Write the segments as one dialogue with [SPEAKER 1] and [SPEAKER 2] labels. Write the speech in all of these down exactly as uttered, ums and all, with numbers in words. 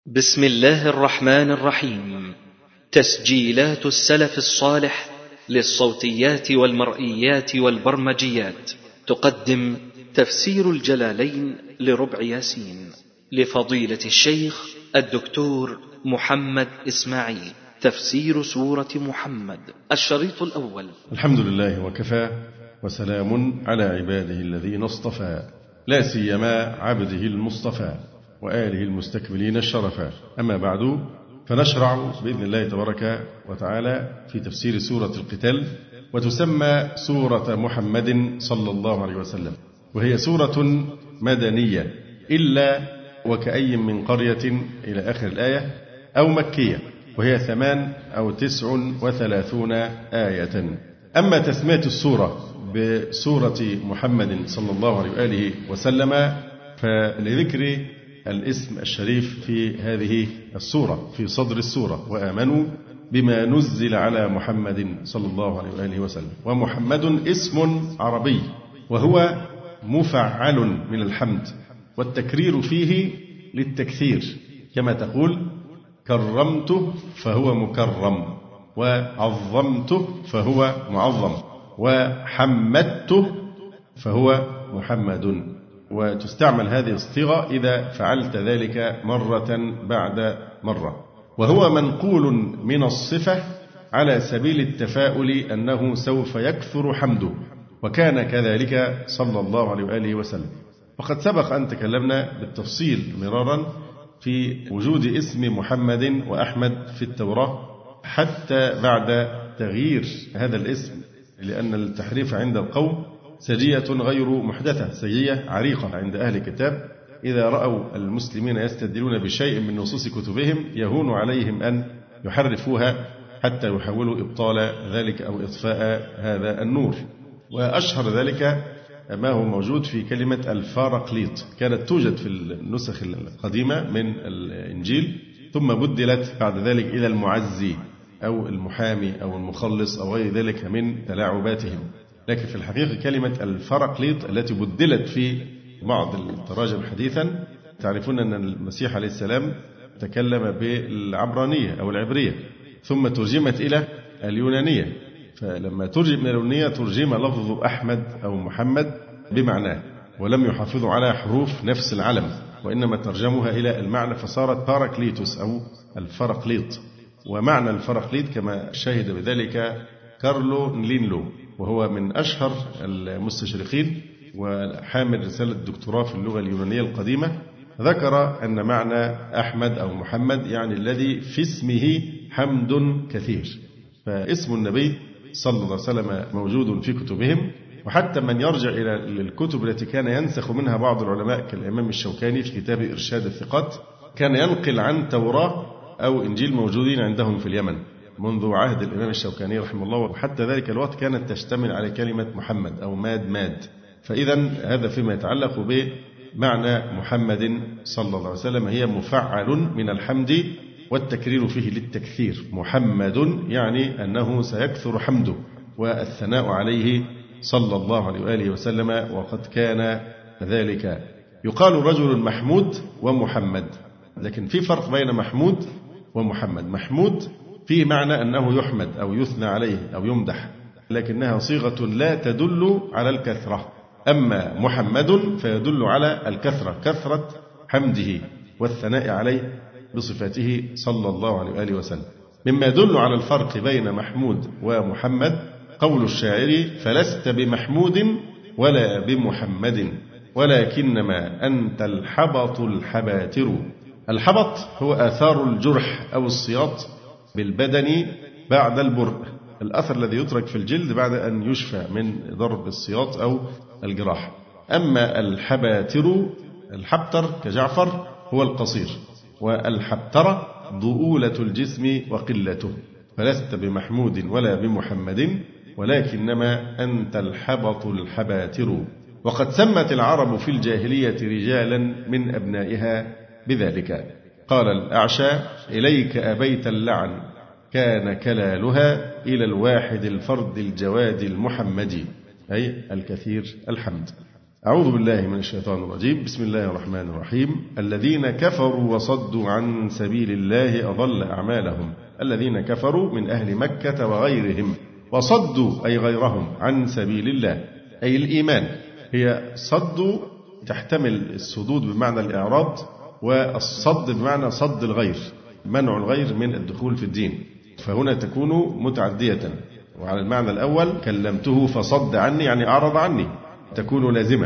[SPEAKER 1] بسم الله الرحمن الرحيم. تسجيلات السلف الصالح للصوتيات والمرئيات والبرمجيات تقدم تفسير الجلالين لربع ياسين لفضيلة الشيخ الدكتور محمد إسماعيل، تفسير سورة محمد، الشريط الأول.
[SPEAKER 2] الحمد لله وكفى، وسلام على عباده الذين اصطفى، لا سيما عبده المصطفى وآله المستكملين الشرفا. أما بعد، فنشرع بإذن الله تبارك وتعالى في تفسير سورة القتال، وتسمى سورة محمد صلى الله عليه وسلم، وهي سورة مدنية إلا وكأي من قرية إلى آخر الآية، أو مكية، وهي ثمان أو تسع وثلاثون آية. أما تسمية السورة بسورة محمد صلى الله عليه وآله وسلم فلذكر الاسم الشريف في هذه السورة في صدر السورة: وآمنوا بما نزل على محمد صلى الله عليه وآله وسلم. ومحمد اسم عربي، وهو مفعل من الحمد، والتكرير فيه للتكثير، كما تقول كرمته فهو مكرم، وعظمته فهو معظم، وحمدته فهو محمد. وتستعمل هذه الصيغة إذا فعلت ذلك مرة بعد مرة. وهو منقول من الصفة على سبيل التفاؤل أنه سوف يكثر حمده، وكان كذلك صلى الله عليه وآله وسلم. وقد سبق أن تكلمنا بالتفصيل مرارا في وجود اسم محمد وأحمد في التوراة حتى بعد تغيير هذا الاسم، لأن التحريف عند القوم سجية غير محدثة، سجية عريقة عند أهل الكتاب. إذا رأوا المسلمين يستدلون بشيء من نصوص كتبهم يهون عليهم أن يحرفوها حتى يحاولوا إبطال ذلك أو إطفاء هذا النور. وأشهر ذلك ما هو موجود في كلمة الفارقليط، كانت توجد في النسخ القديمة من الإنجيل، ثم بدلت بعد ذلك إلى المعزي أو المحامي أو المخلص أو غير ذلك من تلاعباتهم. لكن في الحقيقة كلمة الفارقليط التي بدلت في بعض التراجم حديثا، تعرفون أن المسيح عليه السلام تكلم بالعبرانية أو العبرية، ثم ترجمت إلى اليونانية، فلما ترجم إلى اليونانية ترجم لفظ أحمد أو محمد بمعناه، ولم يحافظوا على حروف نفس العلم، وإنما ترجموها إلى المعنى فصارت باراكليتوس أو الفارقليط. ومعنى الفارقليط كما شهد بذلك كارلو نلينلو، وهو من أشهر المستشرقين وحامل رسالة دكتوراه في اللغة اليونانية القديمة، ذكر أن معنى أحمد أو محمد يعني الذي في اسمه حمد كثير. فاسم النبي صلى الله عليه وسلم موجود في كتبهم، وحتى من يرجع إلى الكتب التي كان ينسخ منها بعض العلماء كالإمام الشوكاني في كتاب إرشاد الثقات، كان ينقل عن توراة أو إنجيل موجودين عندهم في اليمن منذ عهد الإمام الشوكاني رحمه الله، وحتى ذلك الوقت كانت تشتمل على كلمة محمد أو ماد ماد. فإذا هذا فيما يتعلق بمعنى محمد صلى الله عليه وسلم، هي مفعل من الحمد والتكرير فيه للتكثير. محمد يعني أنه سيكثر حمده والثناء عليه صلى الله عليه وآله وسلم، وقد كان ذلك. يقال رجل محمود ومحمد، لكن في فرق بين محمود ومحمد. محمود فيه معنى أنه يحمد أو يثنى عليه أو يمدح، لكنها صيغة لا تدل على الكثرة. أما محمد فيدل على الكثرة، كثرة حمده والثناء عليه بصفاته صلى الله عليه وآله وسلم. مما يدل على الفرق بين محمود ومحمد قول الشاعر: فلست بمحمود ولا بمحمد ولكنما أنت الحبط الحباتر. الحبط هو آثار الجرح أو السياط بالبدن بعد البرء، الأثر الذي يترك في الجلد بعد أن يشفى من ضرب السياط أو الجراح. أما الحباتر، الحبتر كجعفر هو القصير، والحبترة ضؤولة الجسم وقلته. فلست بمحمود ولا بمحمد ولكنما أنت الحبط الحباتر. وقد سمت العرب في الجاهلية رجالا من أبنائها بذلك. قال الأعشى: إليك أبيت اللعن كان كلالها إلى الواحد الفرد الجواد المحمدي، أي الكثير الحمد. أعوذ بالله من الشيطان الرجيم. بسم الله الرحمن الرحيم. الذين كفروا وصدوا عن سبيل الله أضل أعمالهم. الذين كفروا من أهل مكة وغيرهم، وصدوا أي غيرهم عن سبيل الله أي الإيمان. هي صد تحتمل الصدود بمعنى الإعراض، والصد بمعنى صد الغير، منع الغير من الدخول في الدين، فهنا تكون متعدية. وعلى المعنى الأول كلمته فصد عني يعني أعرض عني، تكون لازمة.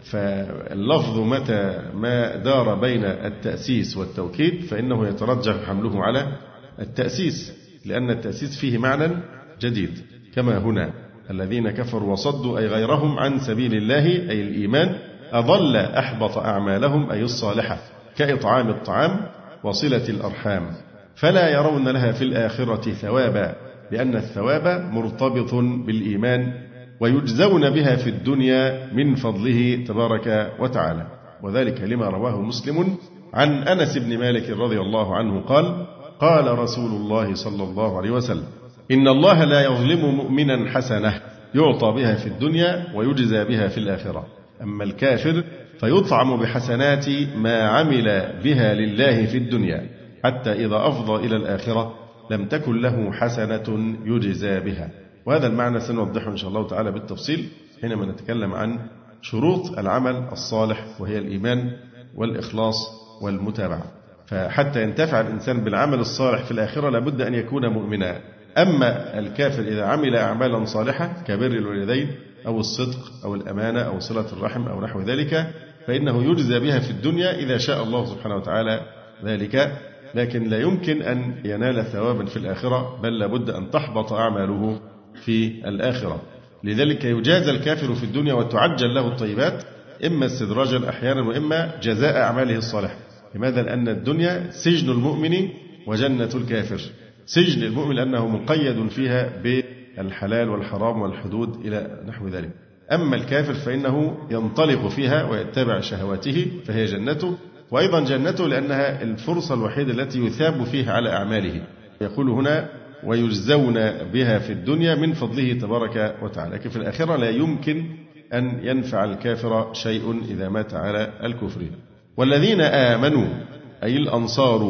[SPEAKER 2] فاللفظ متى ما دار بين التأسيس والتوكيد فإنه يترجح حمله على التأسيس، لأن التأسيس فيه معنى جديد، كما هنا الذين كفروا وصدوا أي غيرهم عن سبيل الله أي الإيمان أضل أحبط أعمالهم أي الصالحة، كإطعام الطعام وصلة الأرحام، فلا يرون لها في الآخرة ثوابا، لأن الثواب مرتبط بالإيمان، ويجزون بها في الدنيا من فضله تبارك وتعالى. وذلك لما رواه مسلم عن أنس بن مالك رضي الله عنه قال: قال رسول الله صلى الله عليه وسلم: إن الله لا يظلم مؤمنا حسنة يعطى بها في الدنيا ويجزى بها في الآخرة، أما الكافر فيطعم بحسنات ما عمل بها لله في الدنيا، حتى إذا أفضى إلى الآخرة لم تكن له حسنة يجزى بها. وهذا المعنى سنوضحه إن شاء الله تعالى بالتفصيل حينما نتكلم عن شروط العمل الصالح، وهي الإيمان والإخلاص والمتابعة. فحتى ينتفع الإنسان بالعمل الصالح في الآخرة لابد أن يكون مؤمنا. أما الكافر إذا عمل أعمالا صالحة كبر الوالدين أو الصدق أو الأمانة أو صلة الرحم أو نحو ذلك فإنه يجزى بها في الدنيا إذا شاء الله سبحانه وتعالى ذلك، لكن لا يمكن أن ينال ثوابا في الآخرة، بل لابد أن تحبط أعماله في الآخرة. لذلك يجازى الكافر في الدنيا وتعجل له الطيبات، إما استدراجا أحيانا وإما جزاء أعماله الصالحة. لماذا؟ لأن الدنيا سجن المؤمن وجنة الكافر. سجن المؤمن لأنه مقيد فيها بالحلال والحرام والحدود إلى نحو ذلك، أما الكافر فإنه ينطلق فيها ويتبع شهواته فهي جنته، وأيضا جنته لأنها الفرصة الوحيدة التي يثاب فيها على أعماله. يقول هنا: ويجزون بها في الدنيا من فضله تبارك وتعالى. لكن في الآخرة لا يمكن أن ينفع الكافر شيء إذا مات على الكفر. والذين آمنوا أي الأنصار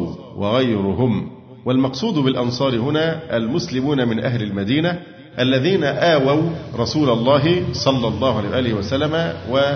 [SPEAKER 2] وغيرهم، والمقصود بالأنصار هنا المسلمون من أهل المدينة الذين آووا رسول الله صلى الله عليه وآله وسلم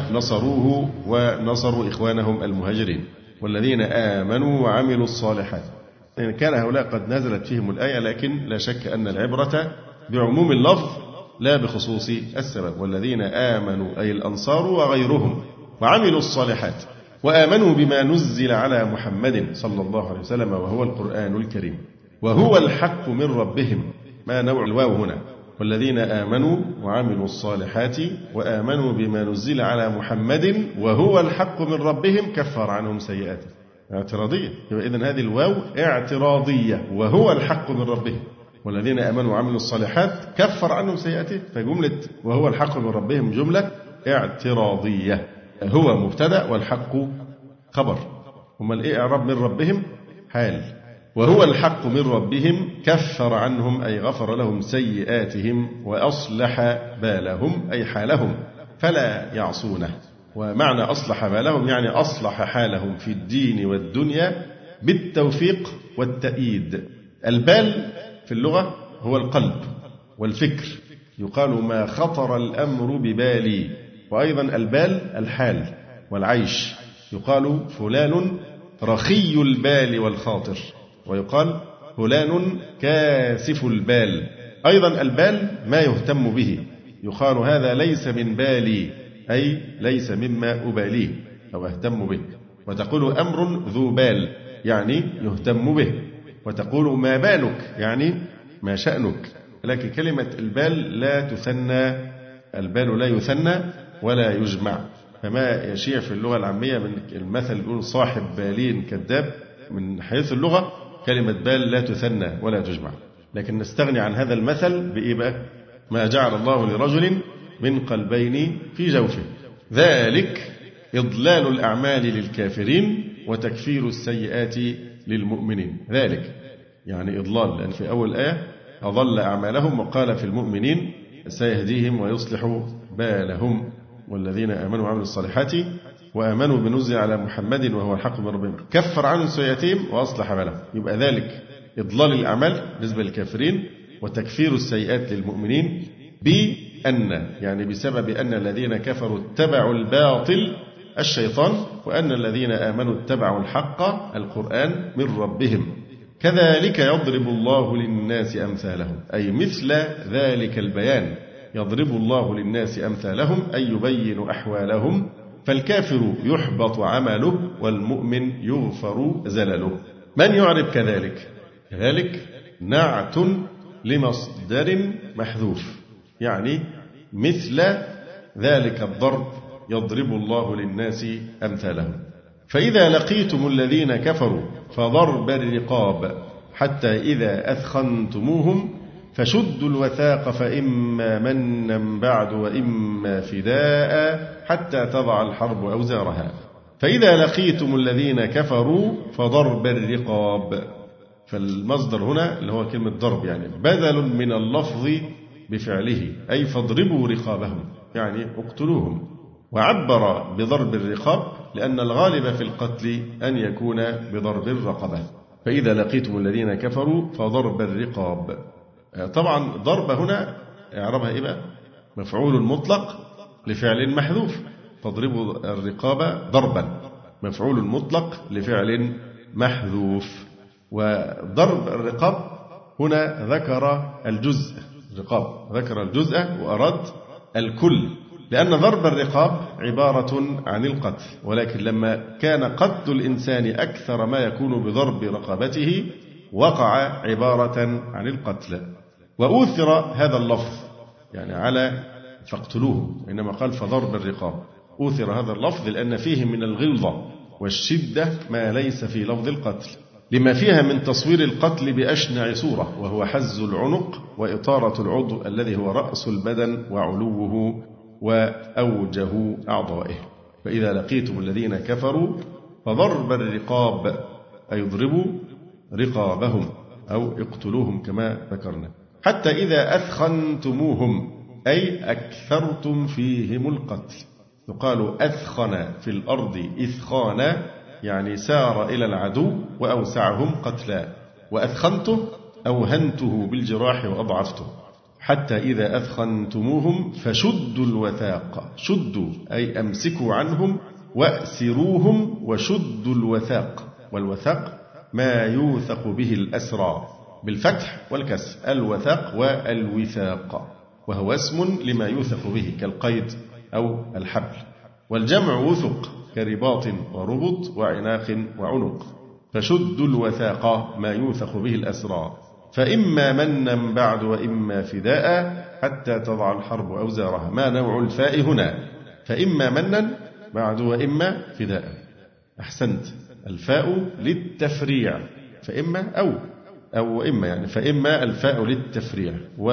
[SPEAKER 2] ونصروه ونصروا إخوانهم المهاجرين. والذين آمنوا وعملوا الصالحات، إن كان هؤلاء قد نزلت فيهم الآية، لكن لا شك أن العبرة بعموم اللفظ لا بخصوص السبب. والذين آمنوا أي الأنصار وغيرهم وعملوا الصالحات وآمنوا بما نزل على محمد صلى الله عليه وسلم وهو القرآن الكريم وهو الحق من ربهم. ما نوع الواو هنا؟ والذين آمنوا وعملوا الصالحات وآمنوا بما نزل على محمد وهو الحق من ربهم كفر عنهم سيئاتهم. اعتراضية، إذن هذه الواو اعتراضية، وهو الحق من ربهم. والذين آمنوا وعملوا الصالحات كفر عنهم سيئاتهم، فجملة وهو الحق من ربهم جملة اعتراضية، هو مبتدأ والحق خبر. هم الإيه إعراب من ربهم؟ حال. وهو الحق من ربهم كفر عنهم أي غفر لهم سيئاتهم وأصلح بالهم أي حالهم فلا يعصونه. ومعنى أصلح بالهم يعني أصلح حالهم في الدين والدنيا بالتوفيق والتأييد. البال في اللغة هو القلب والفكر، يقال ما خطر الأمر ببالي. وأيضا البال الحال والعيش، يقال فلان رخي البال والخاطر، ويقال فلان كاسف البال. أيضا البال ما يهتم به، يقال هذا ليس من بالي أي ليس مما أباليه أو أهتم به. وتقول أمر ذو بال يعني يهتم به، وتقول ما بالك يعني ما شأنك. لكن كلمة البال لا تثنى، البال لا يثنى ولا يجمع. فما يشيع في اللغة العامية من المثل يقول صاحب بالين كذاب، من حيث اللغة كلمة بال لا تثنى ولا تجمع. لكن نستغني عن هذا المثل بإيه بقى؟ ما جعل الله لرجل من قلبين في جوفه، ذلك إضلال الأعمال للكافرين وتكفير السيئات للمؤمنين. ذلك يعني إضلال، لأن في أول آية أضل أعمالهم، وقال في المؤمنين سيهديهم ويصلح بالهم. والذين آمنوا وعملوا الصالحات وآمنوا بنزل على محمد وهو الحق من ربهم كفر عنهم سيئاتهم وأصلح بالهم. يبقى ذلك إضلال الأعمال بالنسبة للكافرين وتكفير السيئات للمؤمنين بأن يعني بسبب أن الذين كفروا اتبعوا الباطل الشيطان وأن الذين آمنوا اتبعوا الحق القرآن من ربهم. كذلك يضرب الله للناس أمثالهم أي مثل ذلك البيان يضرب الله للناس أمثالهم أي يبين أحوالهم فالكافر يحبط عمله والمؤمن يغفر زلله. من يعرب كذلك؟ كذلك نعت لمصدر محذوف يعني مثل ذلك الضرب يضرب الله للناس أمثالهم. فإذا لقيتم الذين كفروا فضرب الرقاب حتى إذا أثخنتموهم فشدوا الوثاق فإما منا بعد وإما فداء حتى تضع الحرب أوزارها. فإذا لقيتم الذين كفروا فضرب الرقاب فالمصدر هنا اللي هو كلمة ضرب يعني بدل من اللفظ بفعله أي فاضربوا رقابهم يعني اقتلوهم. وعبر بضرب الرقاب لأن الغالب في القتل أن يكون بضرب الرقبة. فإذا لقيتم الذين كفروا فضرب الرقاب. طبعا ضرب هنا إعرابها إيه بقى؟ مفعول مطلق لفعل محذوف. فاضربوا الرقاب ضربا مفعول مطلق لفعل محذوف. وضرب الرقاب هنا ذكر الجزء الرقاب ذكر الجزء وأراد الكل لأن ضرب الرقاب عبارة عن القتل ولكن لما كان قتل الإنسان أكثر ما يكون بضرب رقبته وقع عبارة عن القتل. وأوثر هذا اللفظ يعني على فاقتلوه إنما قال فضرب الرقاب. أوثر هذا اللفظ لأن فيه من الغلظة والشدة ما ليس في لفظ القتل لما فيها من تصوير القتل بأشنع صورة وهو حز العنق وإطارة العضو الذي هو رأس البدن وعلوه وأوجه أعضائه. فإذا لقيتم الذين كفروا فضرب الرقاب أي اضربوا رقابهم أو اقتلوهم كما ذكرنا حتى إذا أثخنتموهم أي أكثرتم فيهم القتل. يقال أثخن في الأرض إثخانا يعني سار إلى العدو وأوسعهم قتلا وأثخنته أوهنته بالجراح وأضعفته. حتى إذا أثخنتموهم فشدوا الوثاق شدوا أي أمسكوا عنهم وأسروهم وشدوا الوثاق والوثاق ما يوثق به الأسرى بالفتح والكسر الوثاق والوثاق وهو اسم لما يوثق به كالقيد أو الحبل والجمع وثق كرباط وربط وعناق وعنق. فشدوا الوثاق ما يوثق به الأسرى فإما منا بعد وإما فداء حتى تضع الحرب أوزارها. ما نوع الفاء هنا؟ فإما منا بعد وإما فداء. أحسنت الفاء للتفريع فإما أو أو إما يعني فإما الفاء للتفريع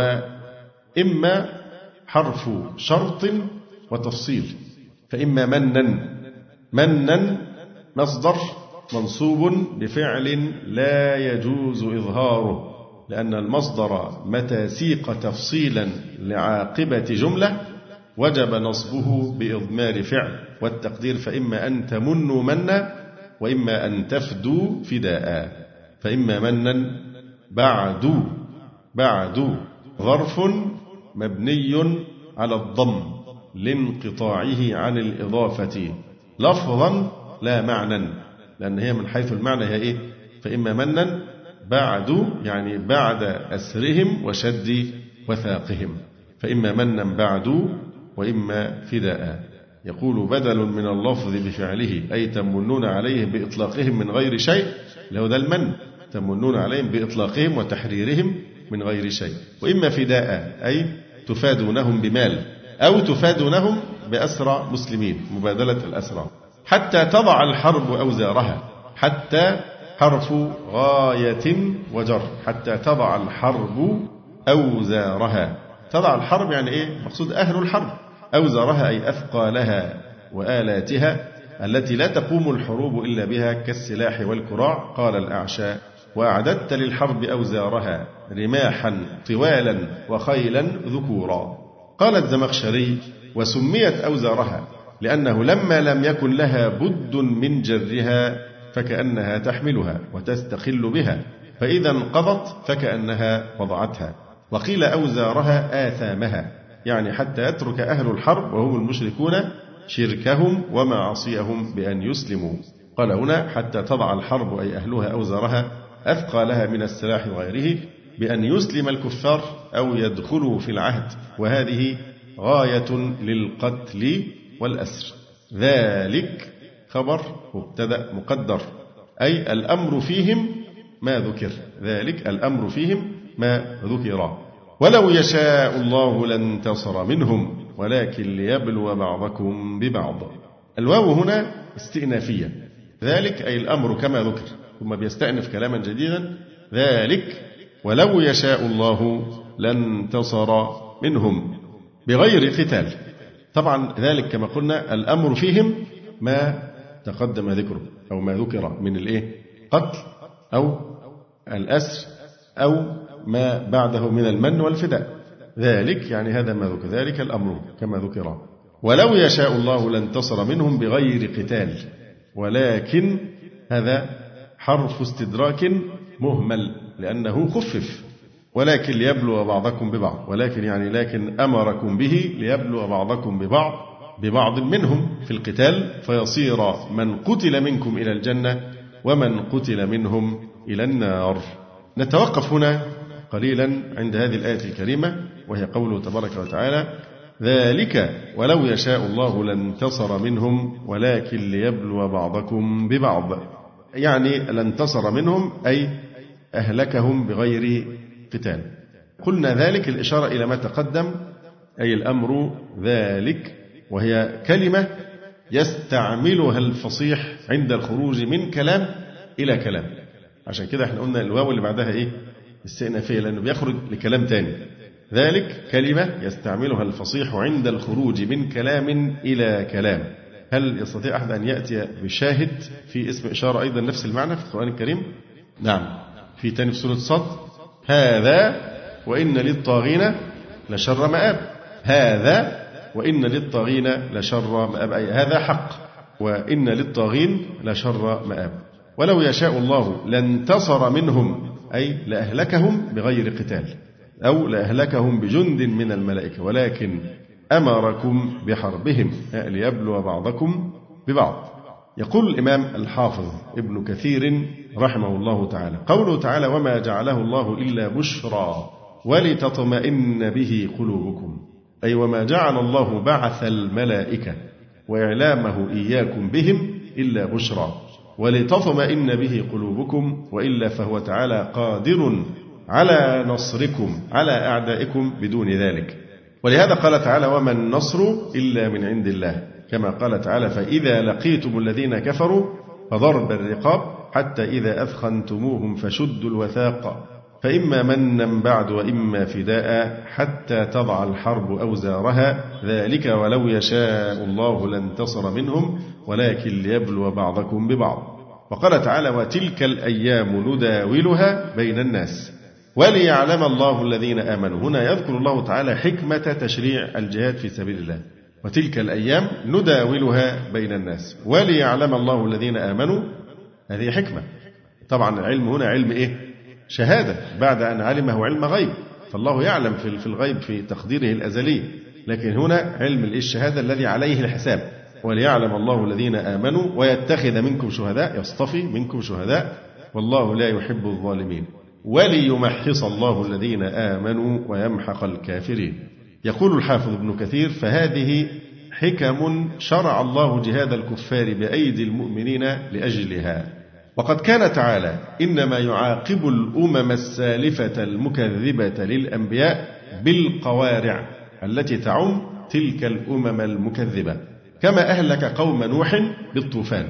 [SPEAKER 2] وإما حرف شرط وتفصيل. فإما منا منا مصدر منصوب بفعل لا يجوز إظهاره لأن المصدر متى سيق تفصيلا لعاقبة جملة وجب نصبه بإضمار فعل والتقدير فإما أن تمنوا منا وإما أن تفدوا فداء. فإما منا بعد بعد ظرف مبني على الضم لانقطاعه عن الإضافة لفظا لا معنى لأن هي من حيث المعنى هي إيه؟ فإما منا بعد يعني بعد أسرهم وشد وثاقهم. فإما منا بعد وإما فداء. يقول بدل من اللفظ بفعله أي تمنون عليه بإطلاقهم من غير شيء له ده المن تمنون عليهم بإطلاقهم وتحريرهم من غير شيء. وإما فداء أي تفادونهم بمال أو تفادونهم بأسرى مسلمين مبادلة الأسرى. حتى تضع الحرب أوزارها حتى حرف غاية وجر حتى تضع الحرب أوزارها. تضع الحرب يعني إيه؟ مقصود أهل الحرب. أوزارها أي أثقالها وآلاتها التي لا تقوم الحروب إلا بها كالسلاح والكراع. قال الأعشى وأعددت للحرب أوزارها رماحا طوالا وخيلا ذكورا. قال الزمخشري وسميت أوزارها لأنه لما لم يكن لها بد من جرها فكأنها تحملها وتستخل بها، فإذا انقضت فكأنها وضعتها. وقيل أوزارها آثامها، يعني حتى يترك أهل الحرب وهم المشركون شركهم ومعاصيهم بأن يسلموا. قال هنا حتى تضع الحرب أي أهلها أوزارها أثقالها من السلاح وغيره بأن يسلم الكفار أو يدخلوا في العهد، وهذه غاية للقتل والأسر. ذلك خبر مبتدأ مقدر، أي الأمر فيهم ما ذكر، ذلك الأمر فيهم ما ذكر. ولو يشاء الله لانتصر منهم ولكن ليبلو بعضكم ببعض. الواو هنا استئنافية، ذلك أي الأمر كما ذكر، ثم بيستأنف كلاما جديدا. ذلك ولو يشاء الله لانتصر منهم بغير قتال. طبعا ذلك كما قلنا الأمر فيهم ما تقدم ذكره أو ما ذكر من الإيه؟ قتل أو الأسر أو ما بعده من المن والفداء. ذلك يعني هذا ما ذكر، ذلك الأمر كما ذكر. ولو يشاء الله لانتصر منهم بغير قتال، ولكن هذا حرف استدراك مهمل لأنه خفف. ولكن ليبلو بعضكم ببعض، ولكن يعني لكن أمركم به ليبلو بعضكم ببعض ببعض منهم في القتال، فيصير من قتل منكم إلى الجنة ومن قتل منهم إلى النار. نتوقف هنا قليلا عند هذه الآية الكريمة، وهي قوله تبارك وتعالى: ذلك ولو يشاء الله لانتصر منهم ولكن ليبلو بعضكم ببعض، يعني لانتصر منهم أي أهلكهم بغير قتال. قلنا ذلك الإشارة إلى ما تقدم، أي الأمر ذلك، وهي كلمة يستعملها الفصيح عند الخروج من كلام إلى كلام. عشان كده احنا قلنا الواو اللي بعدها إيه؟ استئنافية، لأنه بيخرج لكلام تاني. ذلك كلمة يستعملها الفصيح عند الخروج من كلام إلى كلام. هل يستطيع أحد أن يأتي بشاهد في اسم إشارة أيضا نفس المعنى في القرآن الكريم؟ نعم، في تاني في سورة صاد: هذا وإن للطاغين لشر مآب. هذا وإن للطاغين لشر مآب، أي هذا حق، وإن للطاغين لشر مآب. ولو يشاء الله لانتصر منهم، أي لأهلكهم بغير قتال، أو لأهلكهم بجند من الملائكة، ولكن أمركم بحربهم ليبلو بعضكم ببعض. يقول الإمام الحافظ ابن كثير رحمه الله تعالى: قوله تعالى: وما جعله الله إلا بشرى ولتطمئن به قلوبكم، أي وما جعل الله بعث الملائكة وإعلامه إياكم بهم إلا بشرى ولتطمئن به قلوبكم، وإلا فهو تعالى قادر على نصركم على أعدائكم بدون ذلك. ولهذا قال تعالى: وما النصر إلا من عند الله، كما قال تعالى: فإذا لقيتم الذين كفروا فضرب الرقاب حتى إذا أثخنتموهم فشدوا الوثاق فإما منا بعد وإما فداء حتى تضع الحرب أوزارها، ذلك ولو يشاء الله لانتصر منهم ولكن ليبلو بعضكم ببعض. وقال تعالى: وتلك الأيام نداولها بين الناس وليعلم الله الذين آمنوا. هنا يذكر الله تعالى حكمة تشريع الجهاد في سبيل الله. وتلك الأيام نداولها بين الناس وليعلم الله الذين آمنوا، هذه حكمة. طبعا العلم هنا علم إيه؟ شهادة، بعد أن علمه علم غيب، فالله يعلم في الغيب في تقديره الأزلي، لكن هنا علم الشهادة الذي عليه الحساب. وليعلم الله الذين آمنوا ويتخذ منكم شهداء، يصطفي منكم شهداء، والله لا يحب الظالمين، وليمحص الله الذين آمنوا ويمحق الكافرين. يقول الحافظ ابن كثير: فهذه حكم شرع الله جهاد الكفار بأيدي المؤمنين لأجلها. وقد كان تعالى إنما يعاقب الأمم السالفة المكذبة للأنبياء بالقوارع التي تعم تلك الأمم المكذبة، كما أهلك قوم نوح بالطوفان،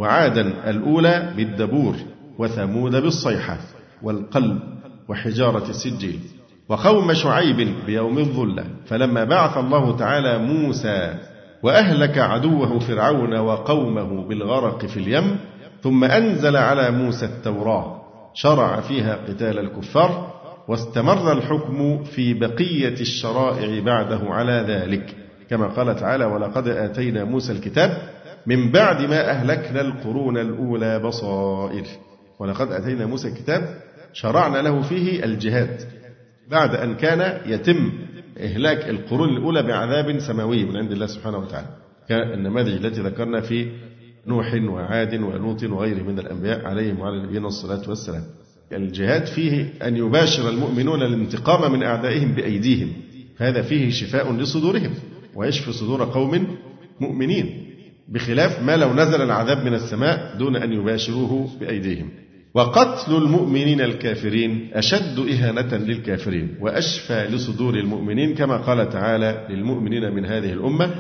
[SPEAKER 2] وعادا الأولى بالدبور، وثمود بالصيحة والقلب وحجارة السجيل، وقوم شعيب بيوم الظلة. فلما بعث الله تعالى موسى وأهلك عدوه فرعون وقومه بالغرق في اليم، ثم أنزل على موسى التوراة شرع فيها قتال الكفار، واستمر الحكم في بقية الشرائع بعده على ذلك، كما قال تعالى ولقد آتينا موسى الكتاب من بعد ما أهلكنا القرون الأولى بصائر. ولقد آتينا موسى الكتاب شرعنا له فيه الجهاد بعد أن كان يتم إهلاك القرون الأولى بعذاب سماوي من عند الله سبحانه وتعالى، كالنماذج التي ذكرنا في نوح وعاد ولوط وغيره من الأنبياء عليهم وعلى نبينا الصلاة والسلام. الجهاد فيه أن يباشر المؤمنون الانتقام من أعدائهم بأيديهم، هذا فيه شفاء لصدورهم ويشفي صدور قوم مؤمنين، بخلاف ما لو نزل العذاب من السماء دون أن يباشروه بأيديهم. وقتل المؤمنين الكافرين أشد إهانة للكافرين وأشفى لصدور المؤمنين، كما قال تعالى للمؤمنين من هذه الأمة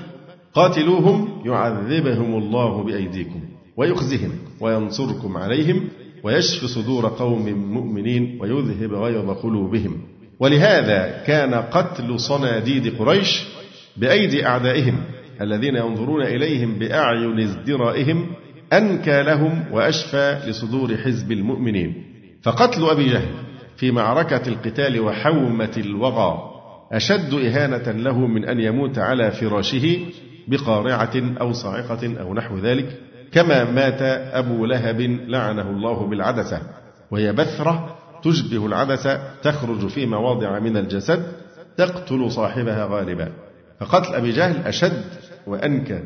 [SPEAKER 2] قاتلوهم يعذبهم الله بأيديكم ويخزهم وينصركم عليهم ويشفي صدور قوم مؤمنين ويذهب غيظ قلوبهم. ولهذا كان قتل صناديد قريش بأيدي أعدائهم الذين ينظرون إليهم بأعين ازدرائهم أنكى لهم وأشفى لصدور حزب المؤمنين. فقتل أبي جهل في معركة القتال وحومة الوغى أشد إهانة له من أن يموت على فراشه بقارعة أو صاعقة أو نحو ذلك، كما مات أبو لهب لعنه الله بالعدسة، وهي بثرة تشبه العدسة تخرج في مواضع من الجسد تقتل صاحبها غالبا. فقتل أبي جهل أشد وأنكى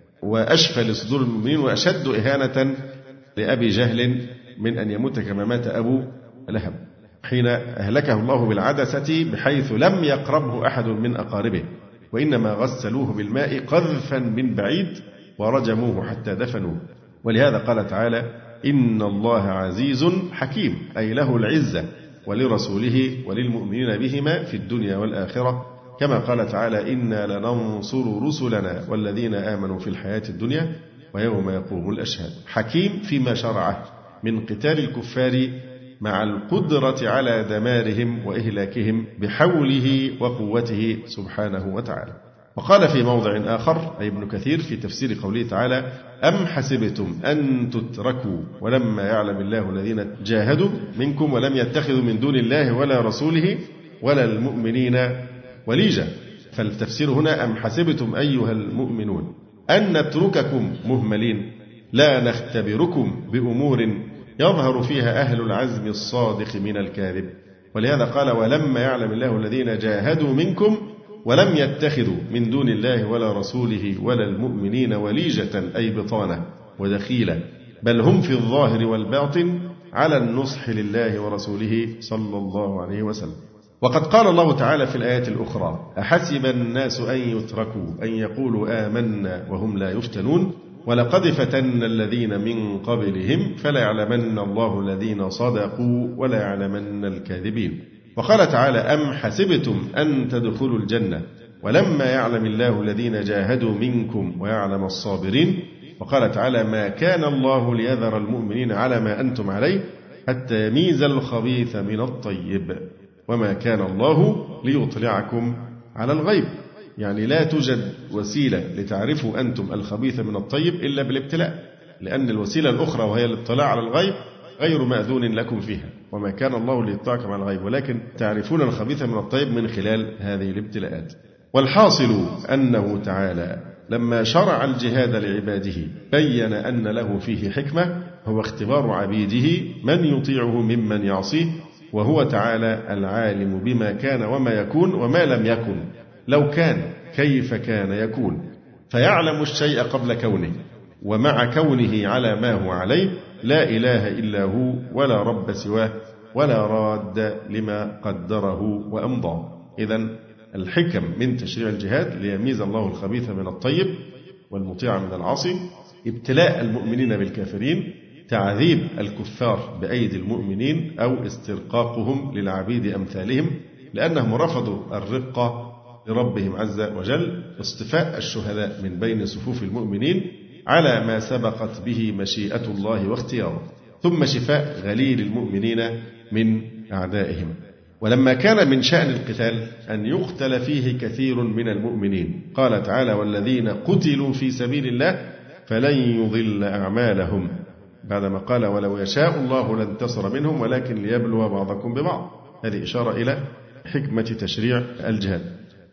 [SPEAKER 2] وأشفى لصدور المؤمنين وأشد إهانة لأبي جهل من أن يموت كما مات أبو لهب حين أهلكه الله بالعدسة، بحيث لم يقربه أحد من أقاربه، وإنما غسلوه بالماء قذفا من بعيد ورجموه حتى دفنوه. ولهذا قال تعالى إن الله عزيز حكيم، أي له العزة ولرسوله وللمؤمنين بهما في الدنيا والآخرة، كما قال تعالى إنا لننصر رسلنا والذين آمنوا في الحياة الدنيا ويوم يقوم الأشهاد. حكيم فيما شرعه من قتال الكفار مع القدرة على دمارهم وإهلاكهم بحوله وقوته سبحانه وتعالى. وقال في موضع آخر أي ابن كثير في تفسير قوله تعالى أم حسبتم أن تتركوا ولما يعلم الله الذين جاهدوا منكم ولم يتخذوا من دون الله ولا رسوله ولا المؤمنين وليجا. فالتفسير هنا أم حسبتم أيها المؤمنون أن نترككم مهملين لا نختبركم بأمور يظهر فيها أهل العزم الصادق من الكاذب. ولهذا قال ولما يعلم الله الذين جاهدوا منكم ولم يتخذوا من دون الله ولا رسوله ولا المؤمنين وليجة أي بطانة ودخيلة، بل هم في الظاهر والباطن على النصح لله ورسوله صلى الله عليه وسلم. وقد قال الله تعالى في الآيات الأخرى أحسب الناس أن يتركوا أن يقولوا آمنا وهم لا يفتنون ولقد فتنا الذين من قبلهم فلا يعلمن الله الذين صدقوا ولا يعلمن الكاذبين. وقال تعالى أم حسبتم أن تدخلوا الجنة ولما يعلم الله الذين جاهدوا منكم ويعلم الصابرين. وقال تعالى ما كان الله ليذر المؤمنين على ما أنتم عليه حتى يميز الخبيث من الطيب وما كان الله ليطلعكم على الغيب. يعني لا توجد وسيلة لتعرفوا أنتم الخبيث من الطيب إلا بالابتلاء، لأن الوسيلة الأخرى وهي الاطلاع على الغيب غير مأذون لكم فيها، وما كان الله ليطلعكم على الغيب، ولكن تعرفون الخبيث من الطيب من خلال هذه الابتلاءات. والحاصل أنه تعالى لما شرع الجهاد لعباده بين أن له فيه حكمة، هو اختبار عبيده من يطيعه ممن يعصيه، وهو تعالى العالم بما كان وما يكون وما لم يكن، لو كان كيف كان يكون، فيعلم الشيء قبل كونه ومع كونه على ما هو عليه، لا إله إلا هو ولا رب سواه ولا راد لما قدره وأمضاه. إذن الحكم من تشريع الجهاد ليميز الله الخبيث من الطيب والمطيع من العاصي، ابتلاء المؤمنين بالكافرين، تعذيب الكفار بأيدي المؤمنين أو استرقاقهم للعبيد أمثالهم لأنهم رفضوا الرقة لربهم عز وجل، اصطفاء الشهداء من بين صفوف المؤمنين على ما سبقت به مشيئة الله واختياره، ثم شفاء غليل المؤمنين من أعدائهم. ولما كان من شأن القتال أن يقتل فيه كثير من المؤمنين قال تعالى والذين قتلوا في سبيل الله فلن يضل أعمالهم، بعدما قال ولو يشاء الله لانتصر منهم ولكن ليبلو بعضكم ببعض. هذه إشارة إلى حكمة تشريع الجهاد.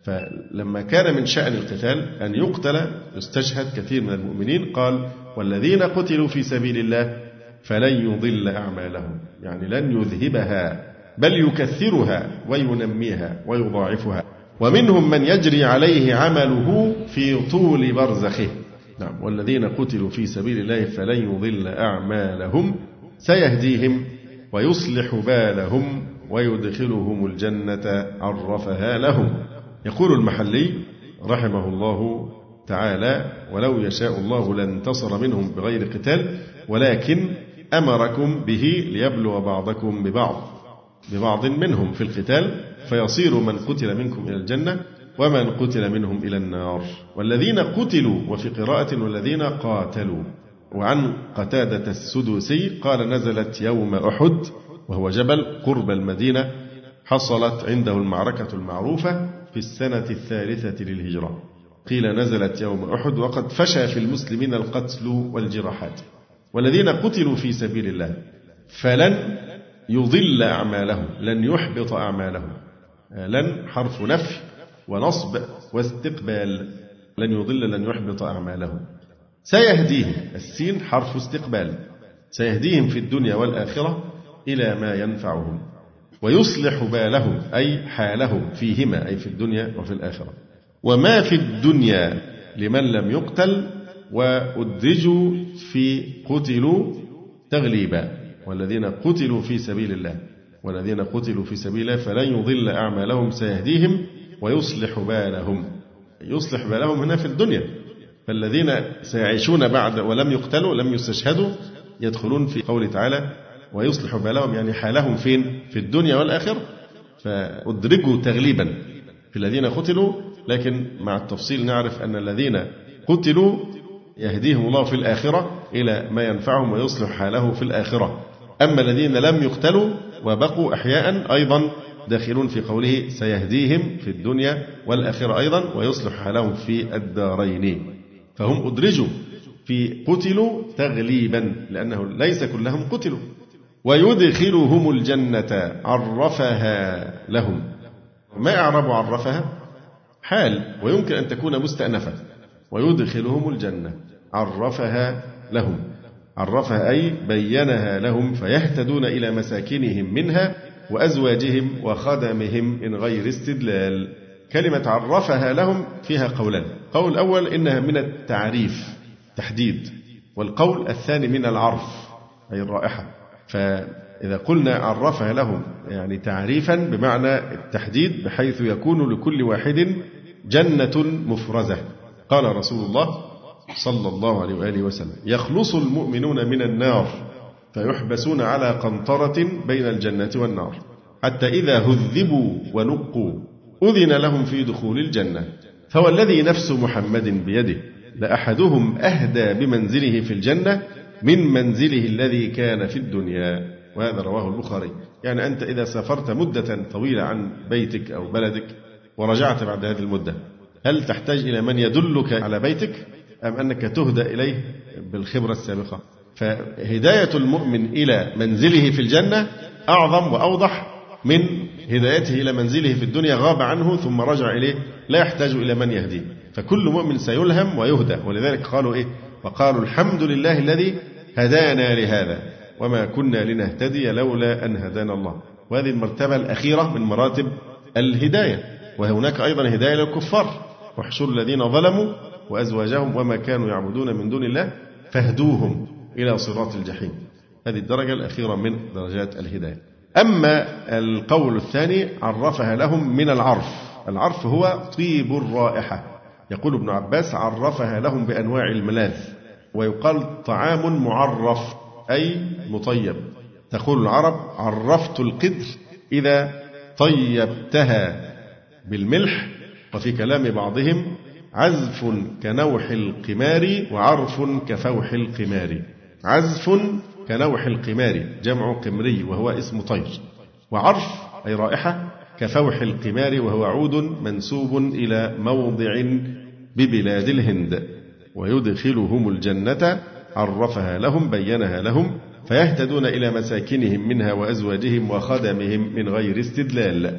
[SPEAKER 2] فلما كان من شأن القتال أن يقتل يستشهد كثير من المؤمنين قال والذين قتلوا في سبيل الله فلن يضل أعمالهم، يعني لن يذهبها بل يكثرها وينميها ويضاعفها، ومنهم من يجري عليه عمله في طول برزخه. نعم، والذين قتلوا في سبيل الله فلن يضل أعمالهم سيهديهم ويصلح بالهم ويدخلهم الجنة عرفها لهم. يقول المحلي رحمه الله تعالى ولو يشاء الله لانتصر منهم بغير قتال ولكن أمركم به ليبلو بعضكم ببعض ببعض منهم في القتال فيصير من قتل منكم إلى الجنة ومن قتل منهم إلى النار. والذين قتلوا، وفي قراءة والذين قاتلوا. وعن قتادة السدوسي قال نزلت يوم أحد وهو جبل قرب المدينة، حصلت عنده المعركة المعروفة في السنة الثالثة للهجرة. قيل نزلت يوم أحد وقد فشى في المسلمين القتل والجراحات. والذين قتلوا في سبيل الله فلن يضل أعمالهم، لن يحبط أعمالهم. لن حرف نفي ونصب واستقبال، لن يضل لن يحبط أعمالهم. سيهديهم، السين حرف استقبال، سيهديهم في الدنيا والآخرة إلى ما ينفعهم، ويصلح بالهم أي حالهم فيهما أي في الدنيا وفي الآخرة. وما في الدنيا لمن لم يقتل وأدرجوا في قتلوا تغليبا. والذين قتلوا في سبيل الله والذين قتلوا في سبيل الله فلن يضل أعمالهم سيهديهم ويصلح بالهم. يصلح بالهم هنا في الدنيا، فالذين سيعيشون بعد ولم يقتلوا لم يستشهدوا يدخلون في قوله تعالى ويصلح بالهم، يعني حالهم فين؟ في الدنيا والآخرة. فأدرجوا تغليبا في الذين قتلوا، لكن مع التفصيل نعرف أن الذين قتلوا يهديهم الله في الآخرة إلى ما ينفعهم ويصلح حاله في الآخرة. أما الذين لم يقتلوا وبقوا أحياء أيضا داخلون في قوله سيهديهم في الدنيا والآخرة أيضا ويصلح حالهم في الدارين. فهم أدرجوا في قتلوا تغليبا لأنه ليس كلهم قتلوا. ويدخلهم الجنة عرفها لهم. ما أعرب عرفها؟ حال، ويمكن أن تكون مستأنفة. ويدخلهم الجنة عرفها لهم، عرفها أي بينها لهم فيهتدون إلى مساكنهم منها وأزواجهم وخدمهم من غير استدلال. كلمة عرفها لهم فيها قولان، قول أول إنها من التعريف تحديد، والقول الثاني من العرف أي الرائحة. فإذا قلنا عرفها لهم يعني تعريفا بمعنى التحديد بحيث يكون لكل واحد جنة مفرزة. قال رسول الله صلى الله عليه وآله وسلم يخلص المؤمنون من النار فيحبسون على قنطرة بين الجنة والنار حتى إذا هذبوا ونقوا أذن لهم في دخول الجنة. فوالذي نفس محمد بيده لأحدهم أهدى بمنزله في الجنة من منزله الذي كان في الدنيا. وهذا رواه البخاري. يعني أنت إذا سافرت مدة طويلة عن بيتك أو بلدك ورجعت بعد هذه المدة، هل تحتاج إلى من يدلك على بيتك أم أنك تهدى إليه بالخبرة السابقة؟ فهداية المؤمن إلى منزله في الجنة أعظم وأوضح من هدايته إلى منزله في الدنيا غاب عنه ثم رجع إليه، لا يحتاج إلى من يهديه. فكل مؤمن سيلهم ويهدى. ولذلك قالوا إيه؟ وقالوا الحمد لله الذي هدانا لهذا وما كنا لنهتدي لولا أن هدانا الله. وهذه المرتبة الأخيرة من مراتب الهداية. وهناك أيضا هداية للكفار واحشروا الذين ظلموا وأزواجهم وما كانوا يعبدون من دون الله فاهدوهم إلى صراط الجحيم. هذه الدرجة الأخيرة من درجات الهداية. أما القول الثاني عرفها لهم من العرف. العرف هو طيب الرائحة. يقول ابن عباس عرفها لهم بأنواع الملاذ. ويقال طعام معرف أي مطيب. تقول العرب عرفت القدر إذا طيبتها بالملح. وفي كلام بعضهم عزف كنوح القمار وعرف كفوح القمار. عزف كنوح القمار جمع قمري وهو اسم طير، وعرف أي رائحة كفوح القمار وهو عود منسوب إلى موضع ببلاد الهند. ويدخلهم الجنة عرفها لهم بينها لهم فيهتدون إلى مساكنهم منها وأزواجهم وخدمهم من غير استدلال.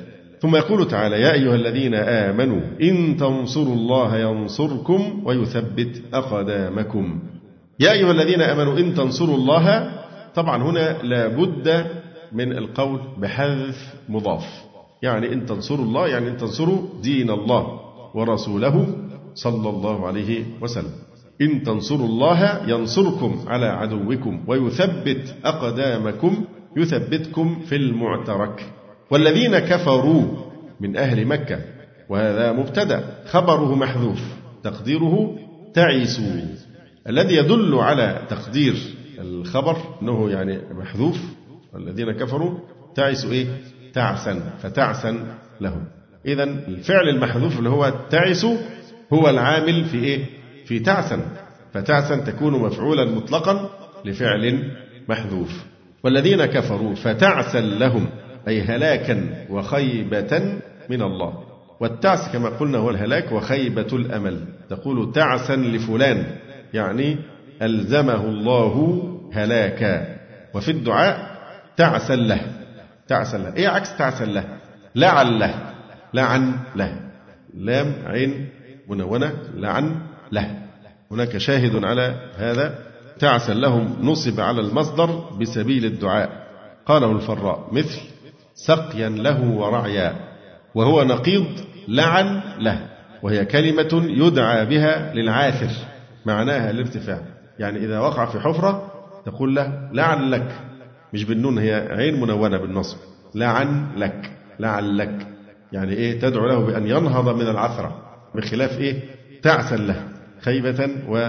[SPEAKER 2] ثم يقول تعالى: يا أيها الذين آمنوا إن تنصروا الله ينصركم ويثبت أقدامكم. يا أيها الذين آمنوا إن تنصروا الله، طبعا هنا لابد من القول بحذف مضاف، يعني إن تنصروا الله يعني إن تنصروا دين الله ورسوله صلى الله عليه وسلم. إن تنصروا الله ينصركم على عدوكم ويثبت أقدامكم، يثبتكم في المعترك. والذين كفروا من أهل مكة، وهذا مبتدأ خبره محذوف تقديره تعسوا. الذي يدل على تقدير الخبر أنه يعني محذوف، والذين كفروا تعسوا إيه؟ تعسا، فتعسا لهم. إذن الفعل المحذوف اللي هو تعسوا هو العامل في إيه؟ في تعسا، فتعسا تكون مفعولا مطلقا لفعل محذوف. والذين كفروا فتعسا لهم، أي هلاكا وخيبة من الله. والتعس كما قلنا هو الهلاك وخيبة الأمل. تقول تعسا لفلان يعني ألزمه الله هلاكا. وفي الدعاء تعسا له، تعسا له. إيه عكس تعسا له؟ لعن له، لعن له، لام عين منونة، لعن له. هناك شاهد على هذا. تعسا لهم نصب على المصدر بسبيل الدعاء، قاله الفراء، مثل سقيا له ورعيا، وهو نقيض لعن له، وهي كلمة يدعى بها للعاثر، معناها الارتفاع. يعني إذا وقع في حفرة تقول له لعن لك، مش بالنون، هي عين منونة بالنصب، لعن لك، لعن لك، يعني إيه؟ تدعو له بأن ينهض من العثرة، بخلاف إيه؟ تعسا له، خيبة